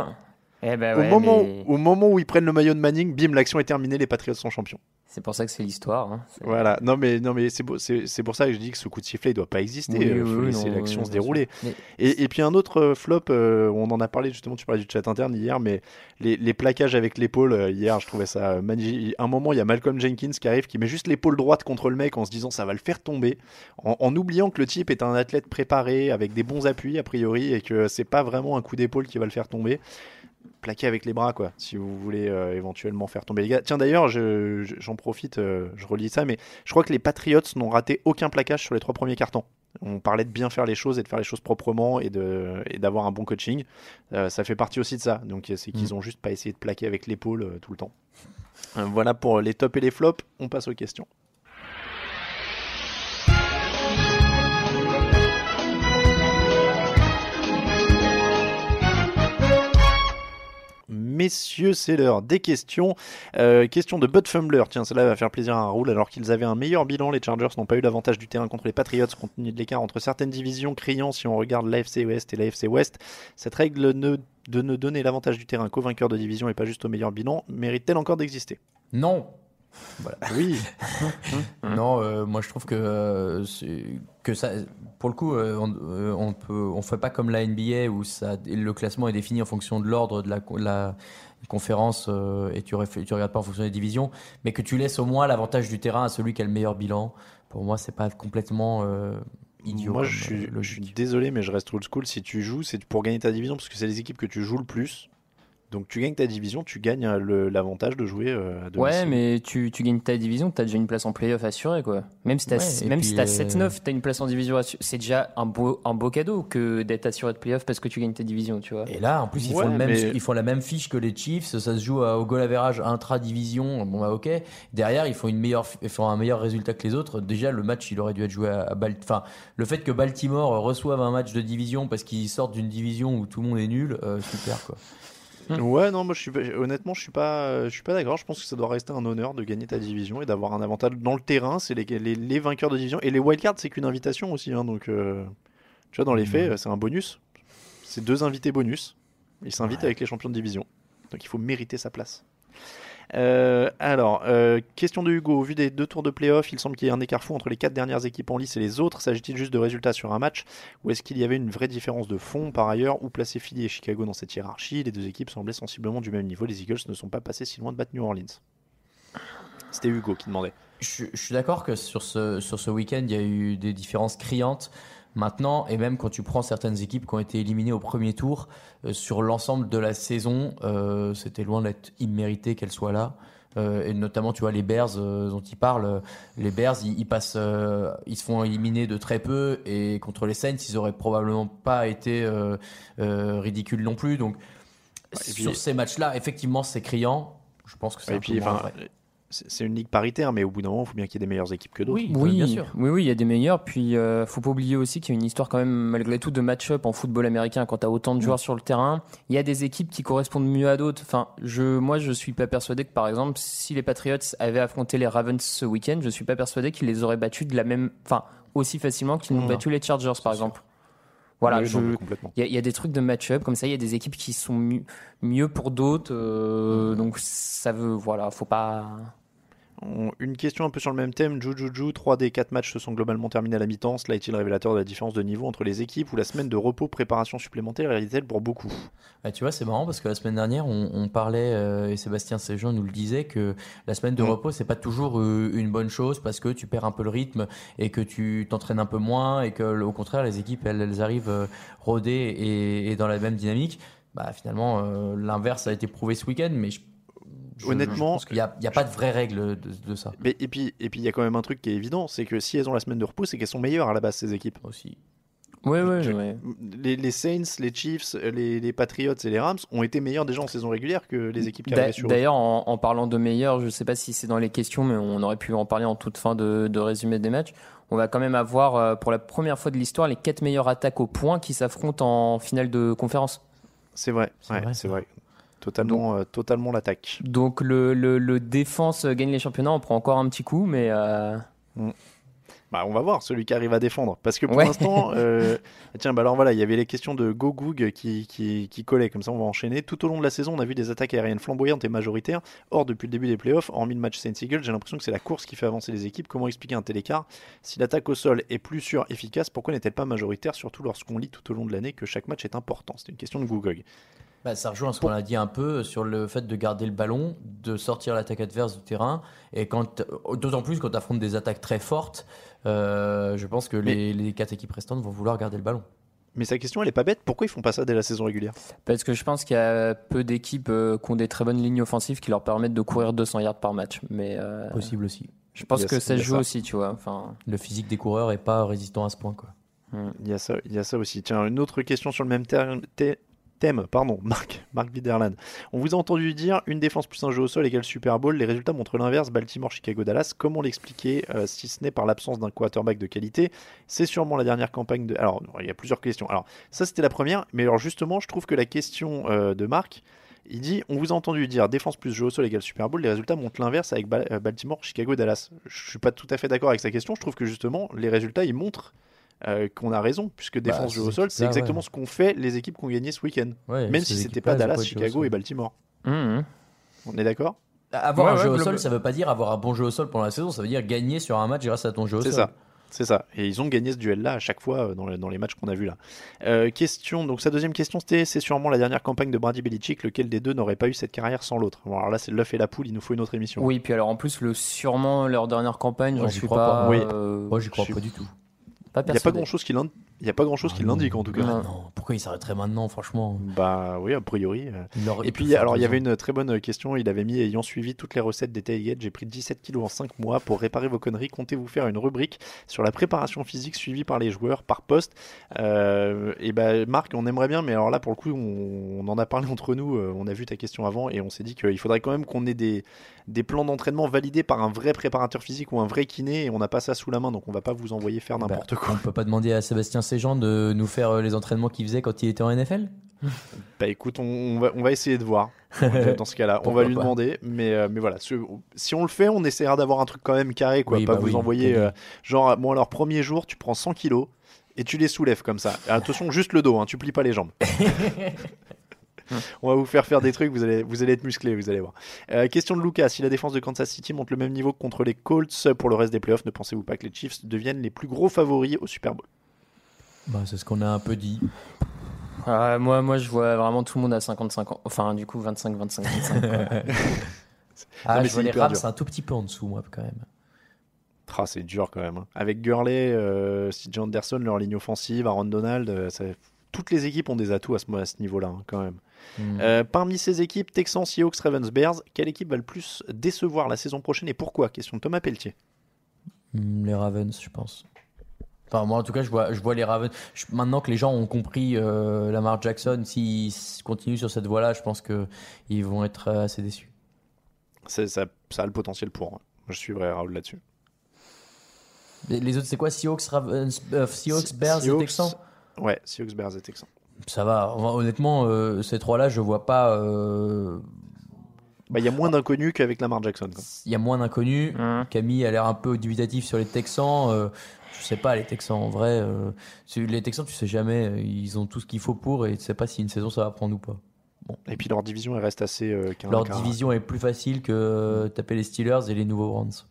Au moment où ils prennent le maillot de Manning, bim, l'action est terminée, les Patriots sont champions. C'est pour ça que c'est l'histoire. Hein. Voilà, non mais c'est pour ça que je dis que ce coup de sifflet il doit pas exister. Il faut laisser l'action se dérouler. Et puis un autre flop, on en a parlé justement, tu parlais du chat interne hier, mais les plaquages avec l'épaule hier, je trouvais ça magnifique. À un moment, il y a Malcolm Jenkins qui arrive, qui met juste l'épaule droite contre le mec en se disant ça va le faire tomber, en oubliant que le type est un athlète préparé avec des bons appuis a priori et que c'est pas vraiment un coup d'épaule qui va le faire tomber. plaquer avec les bras, quoi, si vous voulez éventuellement faire tomber les gars. Tiens, d'ailleurs, j'en profite, je relis ça, mais je crois que les Patriots n'ont raté aucun plaquage sur les 3 premiers cartons. On parlait de bien faire les choses et de faire les choses proprement et d'avoir un bon coaching. Ça fait partie aussi de ça. Donc, c'est qu'ils ont juste pas essayé de plaquer avec l'épaule tout le temps. Voilà pour les tops et les flops. On passe aux questions. Messieurs, c'est l'heure des questions. Question de Bud Fumbler. Tiens, celle-là va faire plaisir à Raoul. Alors qu'ils avaient un meilleur bilan, les Chargers n'ont pas eu l'avantage du terrain contre les Patriots, compte tenu de l'écart entre certaines divisions, criant si on regarde l'AFC Ouest et l'AFC Ouest. Cette règle de ne donner l'avantage du terrain qu'aux vainqueurs de division et pas juste au meilleur bilan mérite-t-elle encore d'exister ? Non. Voilà. Oui. Non, moi je trouve que ça, pour le coup, on fait pas comme la NBA où le classement est défini en fonction de l'ordre de la conférence et tu regardes pas en fonction des divisions, mais que tu laisses au moins l'avantage du terrain à celui qui a le meilleur bilan. Pour moi, c'est pas complètement idiot. Moi, je suis désolé, mais je reste old school. Si tu joues, c'est pour gagner ta division parce que c'est les équipes que tu joues le plus. Donc tu gagnes ta division, tu gagnes l'avantage de jouer à domicile. Ouais, mais tu gagnes ta division, t'as déjà une place en play-off assurée, quoi. Même si t'as 7-9, t'as une place en division assurée. C'est déjà un beau cadeau que d'être assuré de play-off parce que tu gagnes ta division, tu vois. Et là, en plus, ils font la même fiche que les Chiefs. Ça se joue au goal average intra-division. Bon, bah, ok. Derrière, ils font un meilleur résultat que les autres. Déjà, le match, il aurait dû être joué à Baltimore. Enfin, le fait que Baltimore reçoive un match de division parce qu'ils sortent d'une division où tout le monde est nul, super, quoi. Ouais, non, moi honnêtement, je suis pas d'accord. Je pense que ça doit rester un honneur de gagner ta division et d'avoir un avantage dans le terrain. C'est les vainqueurs de division et les wildcards, c'est qu'une invitation aussi. Hein, donc, tu vois, dans les faits, c'est un bonus. C'est 2 invités bonus. Ils s'invitent avec les champions de division. Donc, il faut mériter sa place. Question de Hugo. Au vu des 2 tours de play-off, il semble qu'il y ait un écart fou entre les 4 dernières équipes en lice et les autres. S'agit-il juste de résultats sur un match ou est-ce qu'il y avait une vraie différence de fond par ailleurs? Où placer Philly et Chicago dans cette hiérarchie? Les 2 équipes semblaient sensiblement du même niveau. Les Eagles ne sont pas passés si loin de battre New Orleans. C'était Hugo qui demandait. Je suis d'accord que sur ce week-end, il y a eu des différences criantes. Maintenant, et même quand tu prends certaines équipes qui ont été éliminées au premier tour, sur l'ensemble de la saison, c'était loin d'être immérité qu'elles soient là. Et notamment, tu vois, les Bears dont ils parlent, les Bears, ils se font éliminer de très peu, et contre les Saints, ils auraient probablement pas été ridicules non plus. Donc, sur ces matchs-là, effectivement, c'est criant. Je pense que c'est vrai. C'est une ligue paritaire, mais au bout d'un moment, il faut bien qu'il y ait des meilleures équipes que d'autres. Oui, bien sûr. Oui, il y a des meilleurs. Puis, faut pas oublier aussi qu'il y a une histoire quand même, malgré tout, de match-up en football américain. Quand tu as autant de joueurs sur le terrain, il y a des équipes qui correspondent mieux à d'autres. Enfin, moi, je suis pas persuadé que, par exemple, si les Patriots avaient affronté les Ravens ce week-end, je suis pas persuadé qu'ils les auraient battus aussi facilement qu'ils n'ont battu les Chargers, par exemple. Voilà, il y a des trucs de match-up comme ça. Il y a des équipes qui sont mieux pour d'autres. Donc, faut pas. Une question un peu sur le même thème. Juju, 3 des 4 matchs se sont globalement terminés à la mi-temps. Cela est-il révélateur de la différence de niveau entre les équipes ou la semaine de repos, préparation supplémentaire est-elle pour beaucoup? Tu vois, c'est marrant parce que la semaine dernière, on parlait, et Sébastien Séjean nous le disait, que la semaine de repos, c'est pas toujours une bonne chose parce que tu perds un peu le rythme et que tu t'entraînes un peu moins et que, au contraire, les équipes, elles arrivent rodées et dans la même dynamique. Finalement, l'inverse a été prouvé ce week-end, mais honnêtement, je pense qu'il n'y a pas de vraie règle de ça. Et puis il y a quand même un truc qui est évident, c'est que si elles ont la semaine de repos, c'est qu'elles sont meilleures à la base, ces équipes. Aussi. Ouais. Les Saints, les Chiefs, les Patriots et les Rams ont été meilleurs déjà en saison régulière que les équipes qui arrivaient sur eux. D'ailleurs, en parlant de meilleurs, je ne sais pas si c'est dans les questions, mais on aurait pu en parler en toute fin de résumé des matchs. On va quand même avoir, pour la première fois de l'histoire, les 4 meilleures attaques au point qui s'affrontent en finale de conférence. C'est vrai. Totalement l'attaque. Donc le défense gagne les championnats, on prend encore un petit coup, mais... on va voir celui qui arrive à défendre. Parce que pour l'instant... alors voilà, il y avait les questions de Gogoog qui collaient. Comme ça, on va enchaîner. Tout au long de la saison, on a vu des attaques aériennes flamboyantes et majoritaires. Or, depuis le début des playoffs, hormis le match Saints-Eagles, j'ai l'impression que c'est la course qui fait avancer les équipes. Comment expliquer un tel écart? Si l'attaque au sol est plus sûre, efficace, pourquoi n'est-elle pas majoritaire? Surtout lorsqu'on lit tout au long de l'année que chaque match est important. C'est une question de Gogoog. Ça rejoint ce qu'on a dit un peu sur le fait de garder le ballon, de sortir l'attaque adverse du terrain, et d'autant plus quand tu affrontes des attaques très fortes, je pense que les 4 équipes restantes vont vouloir garder le ballon. Mais sa question, elle est pas bête. Pourquoi ils font pas ça dès la saison régulière ? Parce que je pense qu'il y a peu d'équipes qui ont des très bonnes lignes offensives qui leur permettent de courir 200 yards par match. Mais possible aussi. Je pense que ça joue aussi, tu vois. Enfin, le physique des coureurs est pas résistant à ce point, quoi. Il y a ça aussi. Tiens, une autre question sur le même thème. Marc Biderland. On vous a entendu dire une défense plus un jeu au sol égale Super Bowl. Les résultats montrent l'inverse. Baltimore, Chicago, Dallas. Comment l'expliquer si ce n'est par l'absence d'un quarterback de qualité ? C'est sûrement la dernière campagne de. Alors, il y a plusieurs questions. Alors, ça c'était la première. Mais alors justement, je trouve que la question de Marc, il dit on vous a entendu dire défense plus jeu au sol égale Super Bowl. Les résultats montrent l'inverse avec Baltimore, Chicago, Dallas. Je suis pas tout à fait d'accord avec sa question. Je trouve que justement les résultats ils montrent qu'on a raison, puisque défense jeu au sol, c'est exactement ce qu'ont fait les équipes qui ont gagné ce week-end. Ouais, même si c'était pas Dallas, Chicago et Baltimore. On est d'accord ? Avoir un jeu au sol, ça veut pas dire avoir un bon jeu au sol pendant la saison, ça veut dire gagner sur un match grâce à ton jeu au sol. C'est ça. Et ils ont gagné ce duel-là à chaque fois dans les matchs qu'on a vus là. Question, donc sa deuxième question, c'est sûrement la dernière campagne de Brady Belichick, lequel des deux n'aurait pas eu cette carrière sans l'autre. Bon, alors là, c'est l'œuf et la poule, il nous faut une autre émission. Oui, puis alors en plus, sûrement leur dernière campagne, j'en suis pas. Moi, j'y crois pas du tout. Il n'y a pas grand-chose qui l'indique en tout cas. Non, pourquoi il s'arrêterait maintenant, franchement ? Bah oui, a priori. Et puis, alors il y avait une très bonne question. Il avait mis ayant suivi toutes les recettes des Tailgate, j'ai pris 17 kilos en 5 mois. Pour réparer vos conneries, comptez-vous faire une rubrique sur la préparation physique suivie par les joueurs par poste. Et bah, Marc, on aimerait bien, mais alors là, pour le coup, on en a parlé entre nous. On a vu ta question avant et on s'est dit qu'il faudrait quand même qu'on ait des plans d'entraînement validés par un vrai préparateur physique ou un vrai kiné. Et on n'a pas ça sous la main, donc on va pas vous envoyer faire n'importe quoi. On peut pas demander à Sébastien Séjean de nous faire les entraînements qu'il faisait quand il était en NFL ? Bah écoute, on va essayer de voir dans ce cas-là. On va lui demander, mais voilà. Si on le fait, on essaiera d'avoir un truc quand même carré, quoi. Vous envoyer genre, bon alors premier jour, tu prends 100 kilos et tu les soulèves comme ça. Attention, juste le dos, hein, tu plies pas les jambes. On va vous faire des trucs, vous allez être musclés, vous allez voir. Question de Lucas, si la défense de Kansas City monte le même niveau que contre les Colts pour le reste des playoffs, ne pensez-vous pas que les Chiefs deviennent les plus gros favoris au Super Bowl ? Bah, c'est ce qu'on a un peu dit. Moi, je vois vraiment tout le monde à 55 ans. Enfin, du coup, 25. Je vois les Rams, c'est un tout petit peu en dessous, moi, quand même. C'est dur quand même. Hein. Avec Gurley, CJ Anderson, leur ligne offensive, Aaron Donald, toutes les équipes ont des atouts à ce niveau-là, hein, quand même. Parmi ces équipes, Texans, Seahawks, Ravens, Bears, quelle équipe va le plus décevoir la saison prochaine et pourquoi ? Question de Thomas Pelletier. Les Ravens, je pense. Enfin, moi, en tout cas, je vois les Ravens. Maintenant que les gens ont compris Lamar Jackson, s'ils continuent sur cette voie-là, je pense qu'ils vont être assez déçus. Ça a le potentiel pour. Je suivrai Raoul là-dessus. Les autres, c'est quoi ? Seahawks, Bears et Texans ? Ouais, Seahawks, Bears et Texans. Ça va. Honnêtement, ces trois-là, je vois pas. Il y a moins d'inconnus qu'avec Lamar Jackson. Il y a moins d'inconnus. Camille a l'air un peu dubitatif sur les Texans. Je sais pas, les Texans, en vrai. Les Texans, tu sais jamais. Ils ont tout ce qu'il faut pour et tu sais pas si une saison ça va prendre ou pas. Bon. Et puis leur division, elle reste assez. Leur division est plus facile que taper les Steelers et les nouveaux Browns.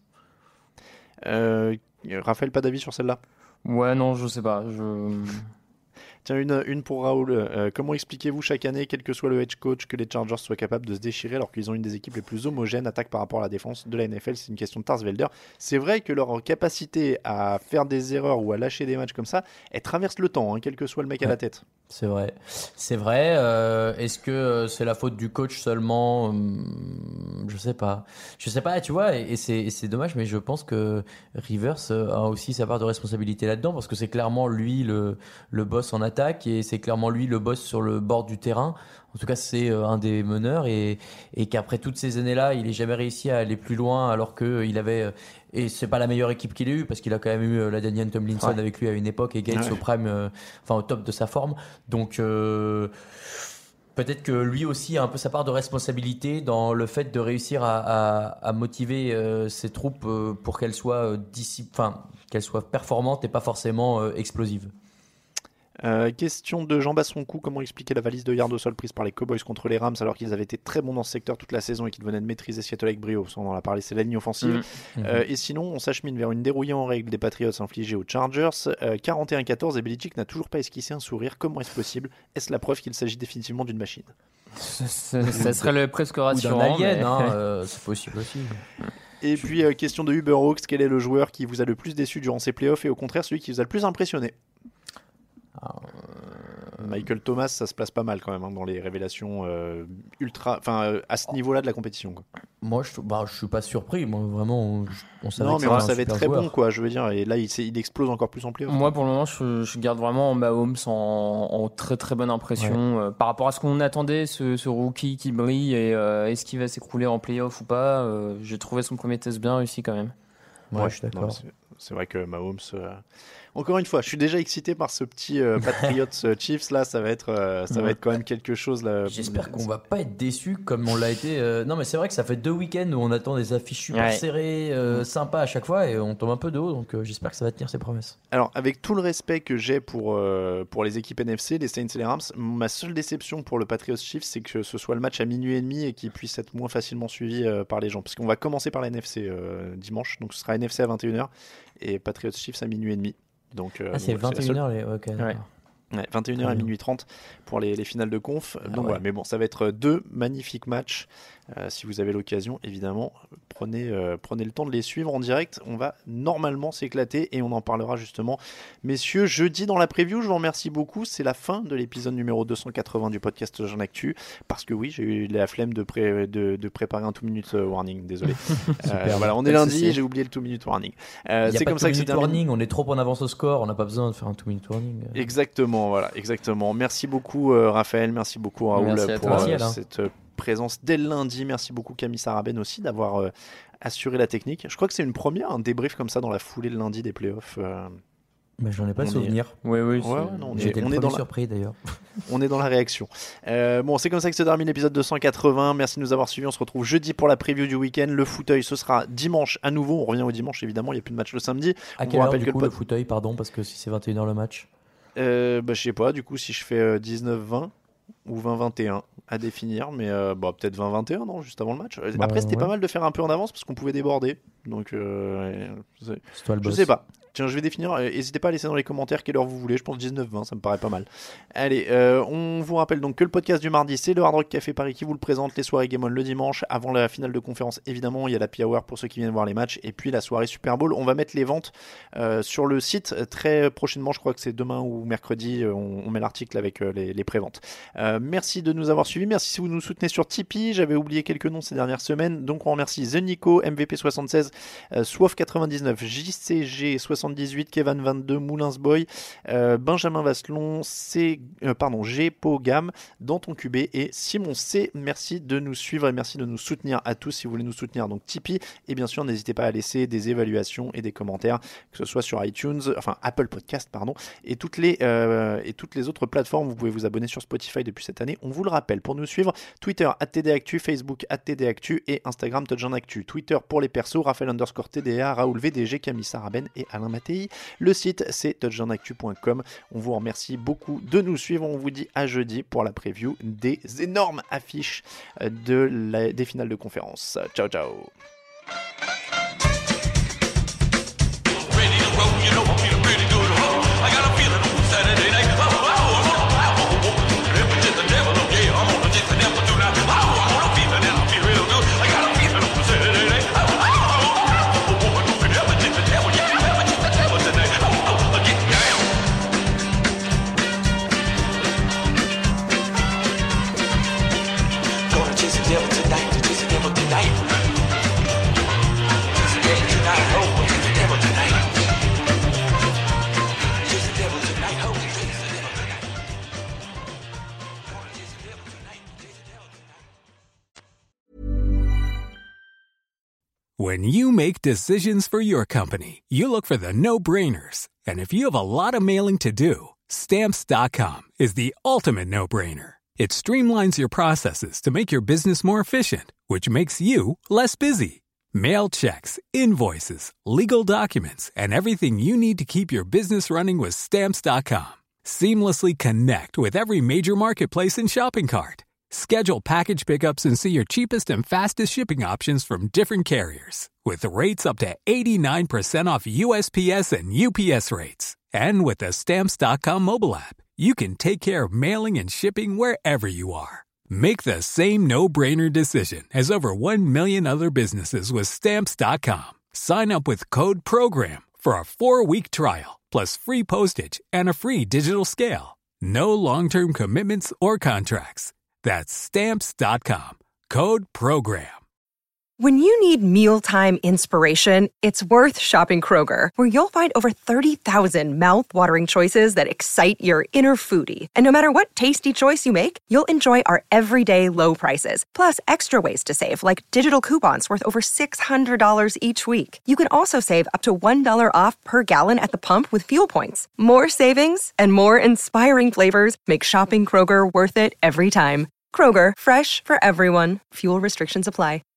Raphaël, pas d'avis sur celle-là ? Ouais, non, je sais pas. Tiens, une pour Raoul. Comment expliquez-vous chaque année, quel que soit le head coach, que les Chargers soient capables de se déchirer alors qu'ils ont une des équipes les plus homogènes, attaque par rapport à la défense de la NFL ? C'est une question de Tarsvelder. C'est vrai que leur capacité à faire des erreurs ou à lâcher des matchs comme ça, elle traverse le temps, hein, quel que soit le mec à la tête. C'est vrai. Est-ce que c'est la faute du coach seulement ? Je sais pas, tu vois, et c'est dommage, mais je pense que Rivers a aussi sa part de responsabilité là-dedans, parce que c'est clairement lui le boss en attaque, et c'est clairement lui le boss sur le bord du terrain. En tout cas, c'est un des meneurs, et qu'après toutes ces années-là, il n'ait jamais réussi à aller plus loin, alors qu'il avait... Et c'est pas la meilleure équipe qu'il ait eue, parce qu'il a quand même eu la Daniel Tomlinson avec lui à une époque, et Gates au prime, au top de sa forme. Donc peut-être que lui aussi a un peu sa part de responsabilité dans le fait de réussir à motiver ses troupes pour qu'elles soient performantes et pas forcément explosives. Question de Jean Bassoncou, comment expliquer la valise de yards au sol prise par les Cowboys contre les Rams alors qu'ils avaient été très bons dans ce secteur toute la saison et qu'ils venaient de maîtriser Seattle avec brio ? On en a parlé, c'est la ligne offensive. Et sinon, on s'achemine vers une dérouillée en règle des Patriots infligée aux Chargers. 41-14 et Belichick n'a toujours pas esquissé un sourire. Comment est-ce possible ? Est-ce la preuve qu'il s'agit définitivement d'une machine ? Ça serait presque rassurant. Ou d'un alien, c'est possible aussi. Et puis, question de Uber Hawks, quel est le joueur qui vous a le plus déçu durant ces playoffs et au contraire celui qui vous a le plus impressionné ? Michael Thomas, ça se place pas mal quand même dans les révélations à ce niveau-là de la compétition, quoi. Moi, je suis pas surpris. Moi, vraiment, on savait non, que mais ça on allait savait être un très super bon, joueur. quoi. Je veux dire, et là, il explose encore plus en playoff. Moi, pour le moment, je garde vraiment Mahomes en très très bonne impression. Par rapport à ce qu'on attendait, ce rookie qui brille, et est-ce qu'il va s'écrouler en playoff ou pas, j'ai trouvé son premier test bien réussi quand même. Ouais, je suis d'accord. Non, c'est vrai que Mahomes, encore une fois, je suis déjà excité par ce petit Patriots Chiefs là, ça va être quand même quelque chose là. J'espère qu'on va pas être déçus comme on l'a été. Non, mais c'est vrai que ça fait 2 week-ends où on attend des affiches super serrées, sympas à chaque fois, et on tombe un peu de haut, donc j'espère que ça va tenir ses promesses. Alors, avec tout le respect que j'ai pour les équipes NFC, les Saints et les Rams, ma seule déception pour le Patriots Chiefs, c'est que ce soit le match à minuit et demi et qu'il puisse être moins facilement suivi par les gens, parce qu'on va commencer par la NFC dimanche, donc ce sera NFC à 21h et Patriots Chiefs à minuit et demi. Donc, c'est 21h ok. Ouais, 21h à minuit 30 pour les finales de conf. Donc voilà, mais bon, ça va être 2 magnifiques matchs. Si vous avez l'occasion, évidemment, prenez le temps de les suivre en direct. On va normalement s'éclater et on en parlera justement, messieurs, jeudi dans la preview. Je vous remercie beaucoup. C'est la fin de l'épisode numéro 280 du podcast Jean Actu. Parce que oui, j'ai eu la flemme de préparer un 2-minute warning. Désolé. Voilà, on est lundi, j'ai oublié le 2-minute warning. C'est comme ça que c'est terminé. On est trop en avance au score. On n'a pas besoin de faire un 2-minute warning. Exactement. Voilà, exactement. Merci beaucoup Raphaël, merci beaucoup Raoul pour cette présence dès le lundi. Merci beaucoup Camille Saraben aussi d'avoir assuré la technique. Je crois que c'est une première, un débrief comme ça dans la foulée le lundi des playoffs. Mais j'en ai pas souvenir. Oui. J'étais le premier surpris d'ailleurs. On est dans la réaction. Bon, c'est comme ça que se termine l'épisode 280. Merci de nous avoir suivis. On se retrouve jeudi pour la preview du week-end. Le fauteuil, ce sera dimanche à nouveau. On revient au dimanche évidemment. Il n'y a plus de match le samedi. À quelle heure du coup le fauteuil, pardon, parce que si c'est 21h le match. Je sais pas, du coup, si je fais 19-20 ou 20-21 à définir, mais peut-être 20-21, non, juste avant le match. Après, c'était pas mal de faire un peu en avance parce qu'on pouvait déborder. Donc, c'est toi le boss. Je sais pas. Tiens, je vais définir. N'hésitez pas à laisser dans les commentaires quelle heure vous voulez. Je pense 19-20, ça me paraît pas mal. Allez, on vous rappelle donc que le podcast du mardi, c'est le Hard Rock Café Paris qui vous le présente. Les soirées Game On le dimanche, avant la finale de conférence. Évidemment, il y a la Happy Hour pour ceux qui viennent voir les matchs. Et puis la soirée Super Bowl. On va mettre les ventes sur le site très prochainement. Je crois que c'est demain ou mercredi. On met l'article avec les préventes. Merci de nous avoir suivis. Merci si vous nous soutenez sur Tipeee. J'avais oublié quelques noms ces dernières semaines. Donc on remercie The Nico, MVP76, Swaff99, JCG 78, Kevin 22, Moulins Boy, Benjamin Vasselon, G Pogam, Danton QB et Simon C. Merci de nous suivre et merci de nous soutenir à tous si vous voulez nous soutenir. Donc Tipeee, et bien sûr n'hésitez pas à laisser des évaluations et des commentaires, que ce soit sur iTunes, enfin Apple Podcast pardon, et toutes les autres plateformes. Vous pouvez vous abonner sur Spotify depuis cette année. On vous le rappelle, pour nous suivre, Twitter @TDActu, Facebook @TDActu et Instagram TouchdownActu. Twitter pour les persos, Raphaël_TDA, Raoul VDG, Camille Saraben et Alain Mattei. Le site c'est touchdownactu.com. On vous remercie beaucoup de nous suivre. On vous dit à jeudi pour la preview des énormes affiches des finales de conférence. Ciao ciao. When you make decisions for your company, you look for the no-brainers. And if you have a lot of mailing to do, Stamps.com is the ultimate no-brainer. It streamlines your processes to make your business more efficient, which makes you less busy. Mail checks, invoices, legal documents, and everything you need to keep your business running with Stamps.com. Seamlessly connect with every major marketplace and shopping cart. Schedule package pickups and see your cheapest and fastest shipping options from different carriers. With rates up to 89% off USPS and UPS rates. And with the Stamps.com mobile app, you can take care of mailing and shipping wherever you are. Make the same no-brainer decision as over 1 million other businesses with Stamps.com. Sign up with code PROGRAM for a 4-week trial, plus free postage and a free digital scale. No long-term commitments or contracts. That's Stamps.com. Code Program. When you need mealtime inspiration, it's worth shopping Kroger, where you'll find over 30,000 mouth-watering choices that excite your inner foodie. And no matter what tasty choice you make, you'll enjoy our everyday low prices, plus extra ways to save, like digital coupons worth over $600 each week. You can also save up to $1 off per gallon at the pump with fuel points. More savings and more inspiring flavors make shopping Kroger worth it every time. Kroger, fresh for everyone. Fuel restrictions apply.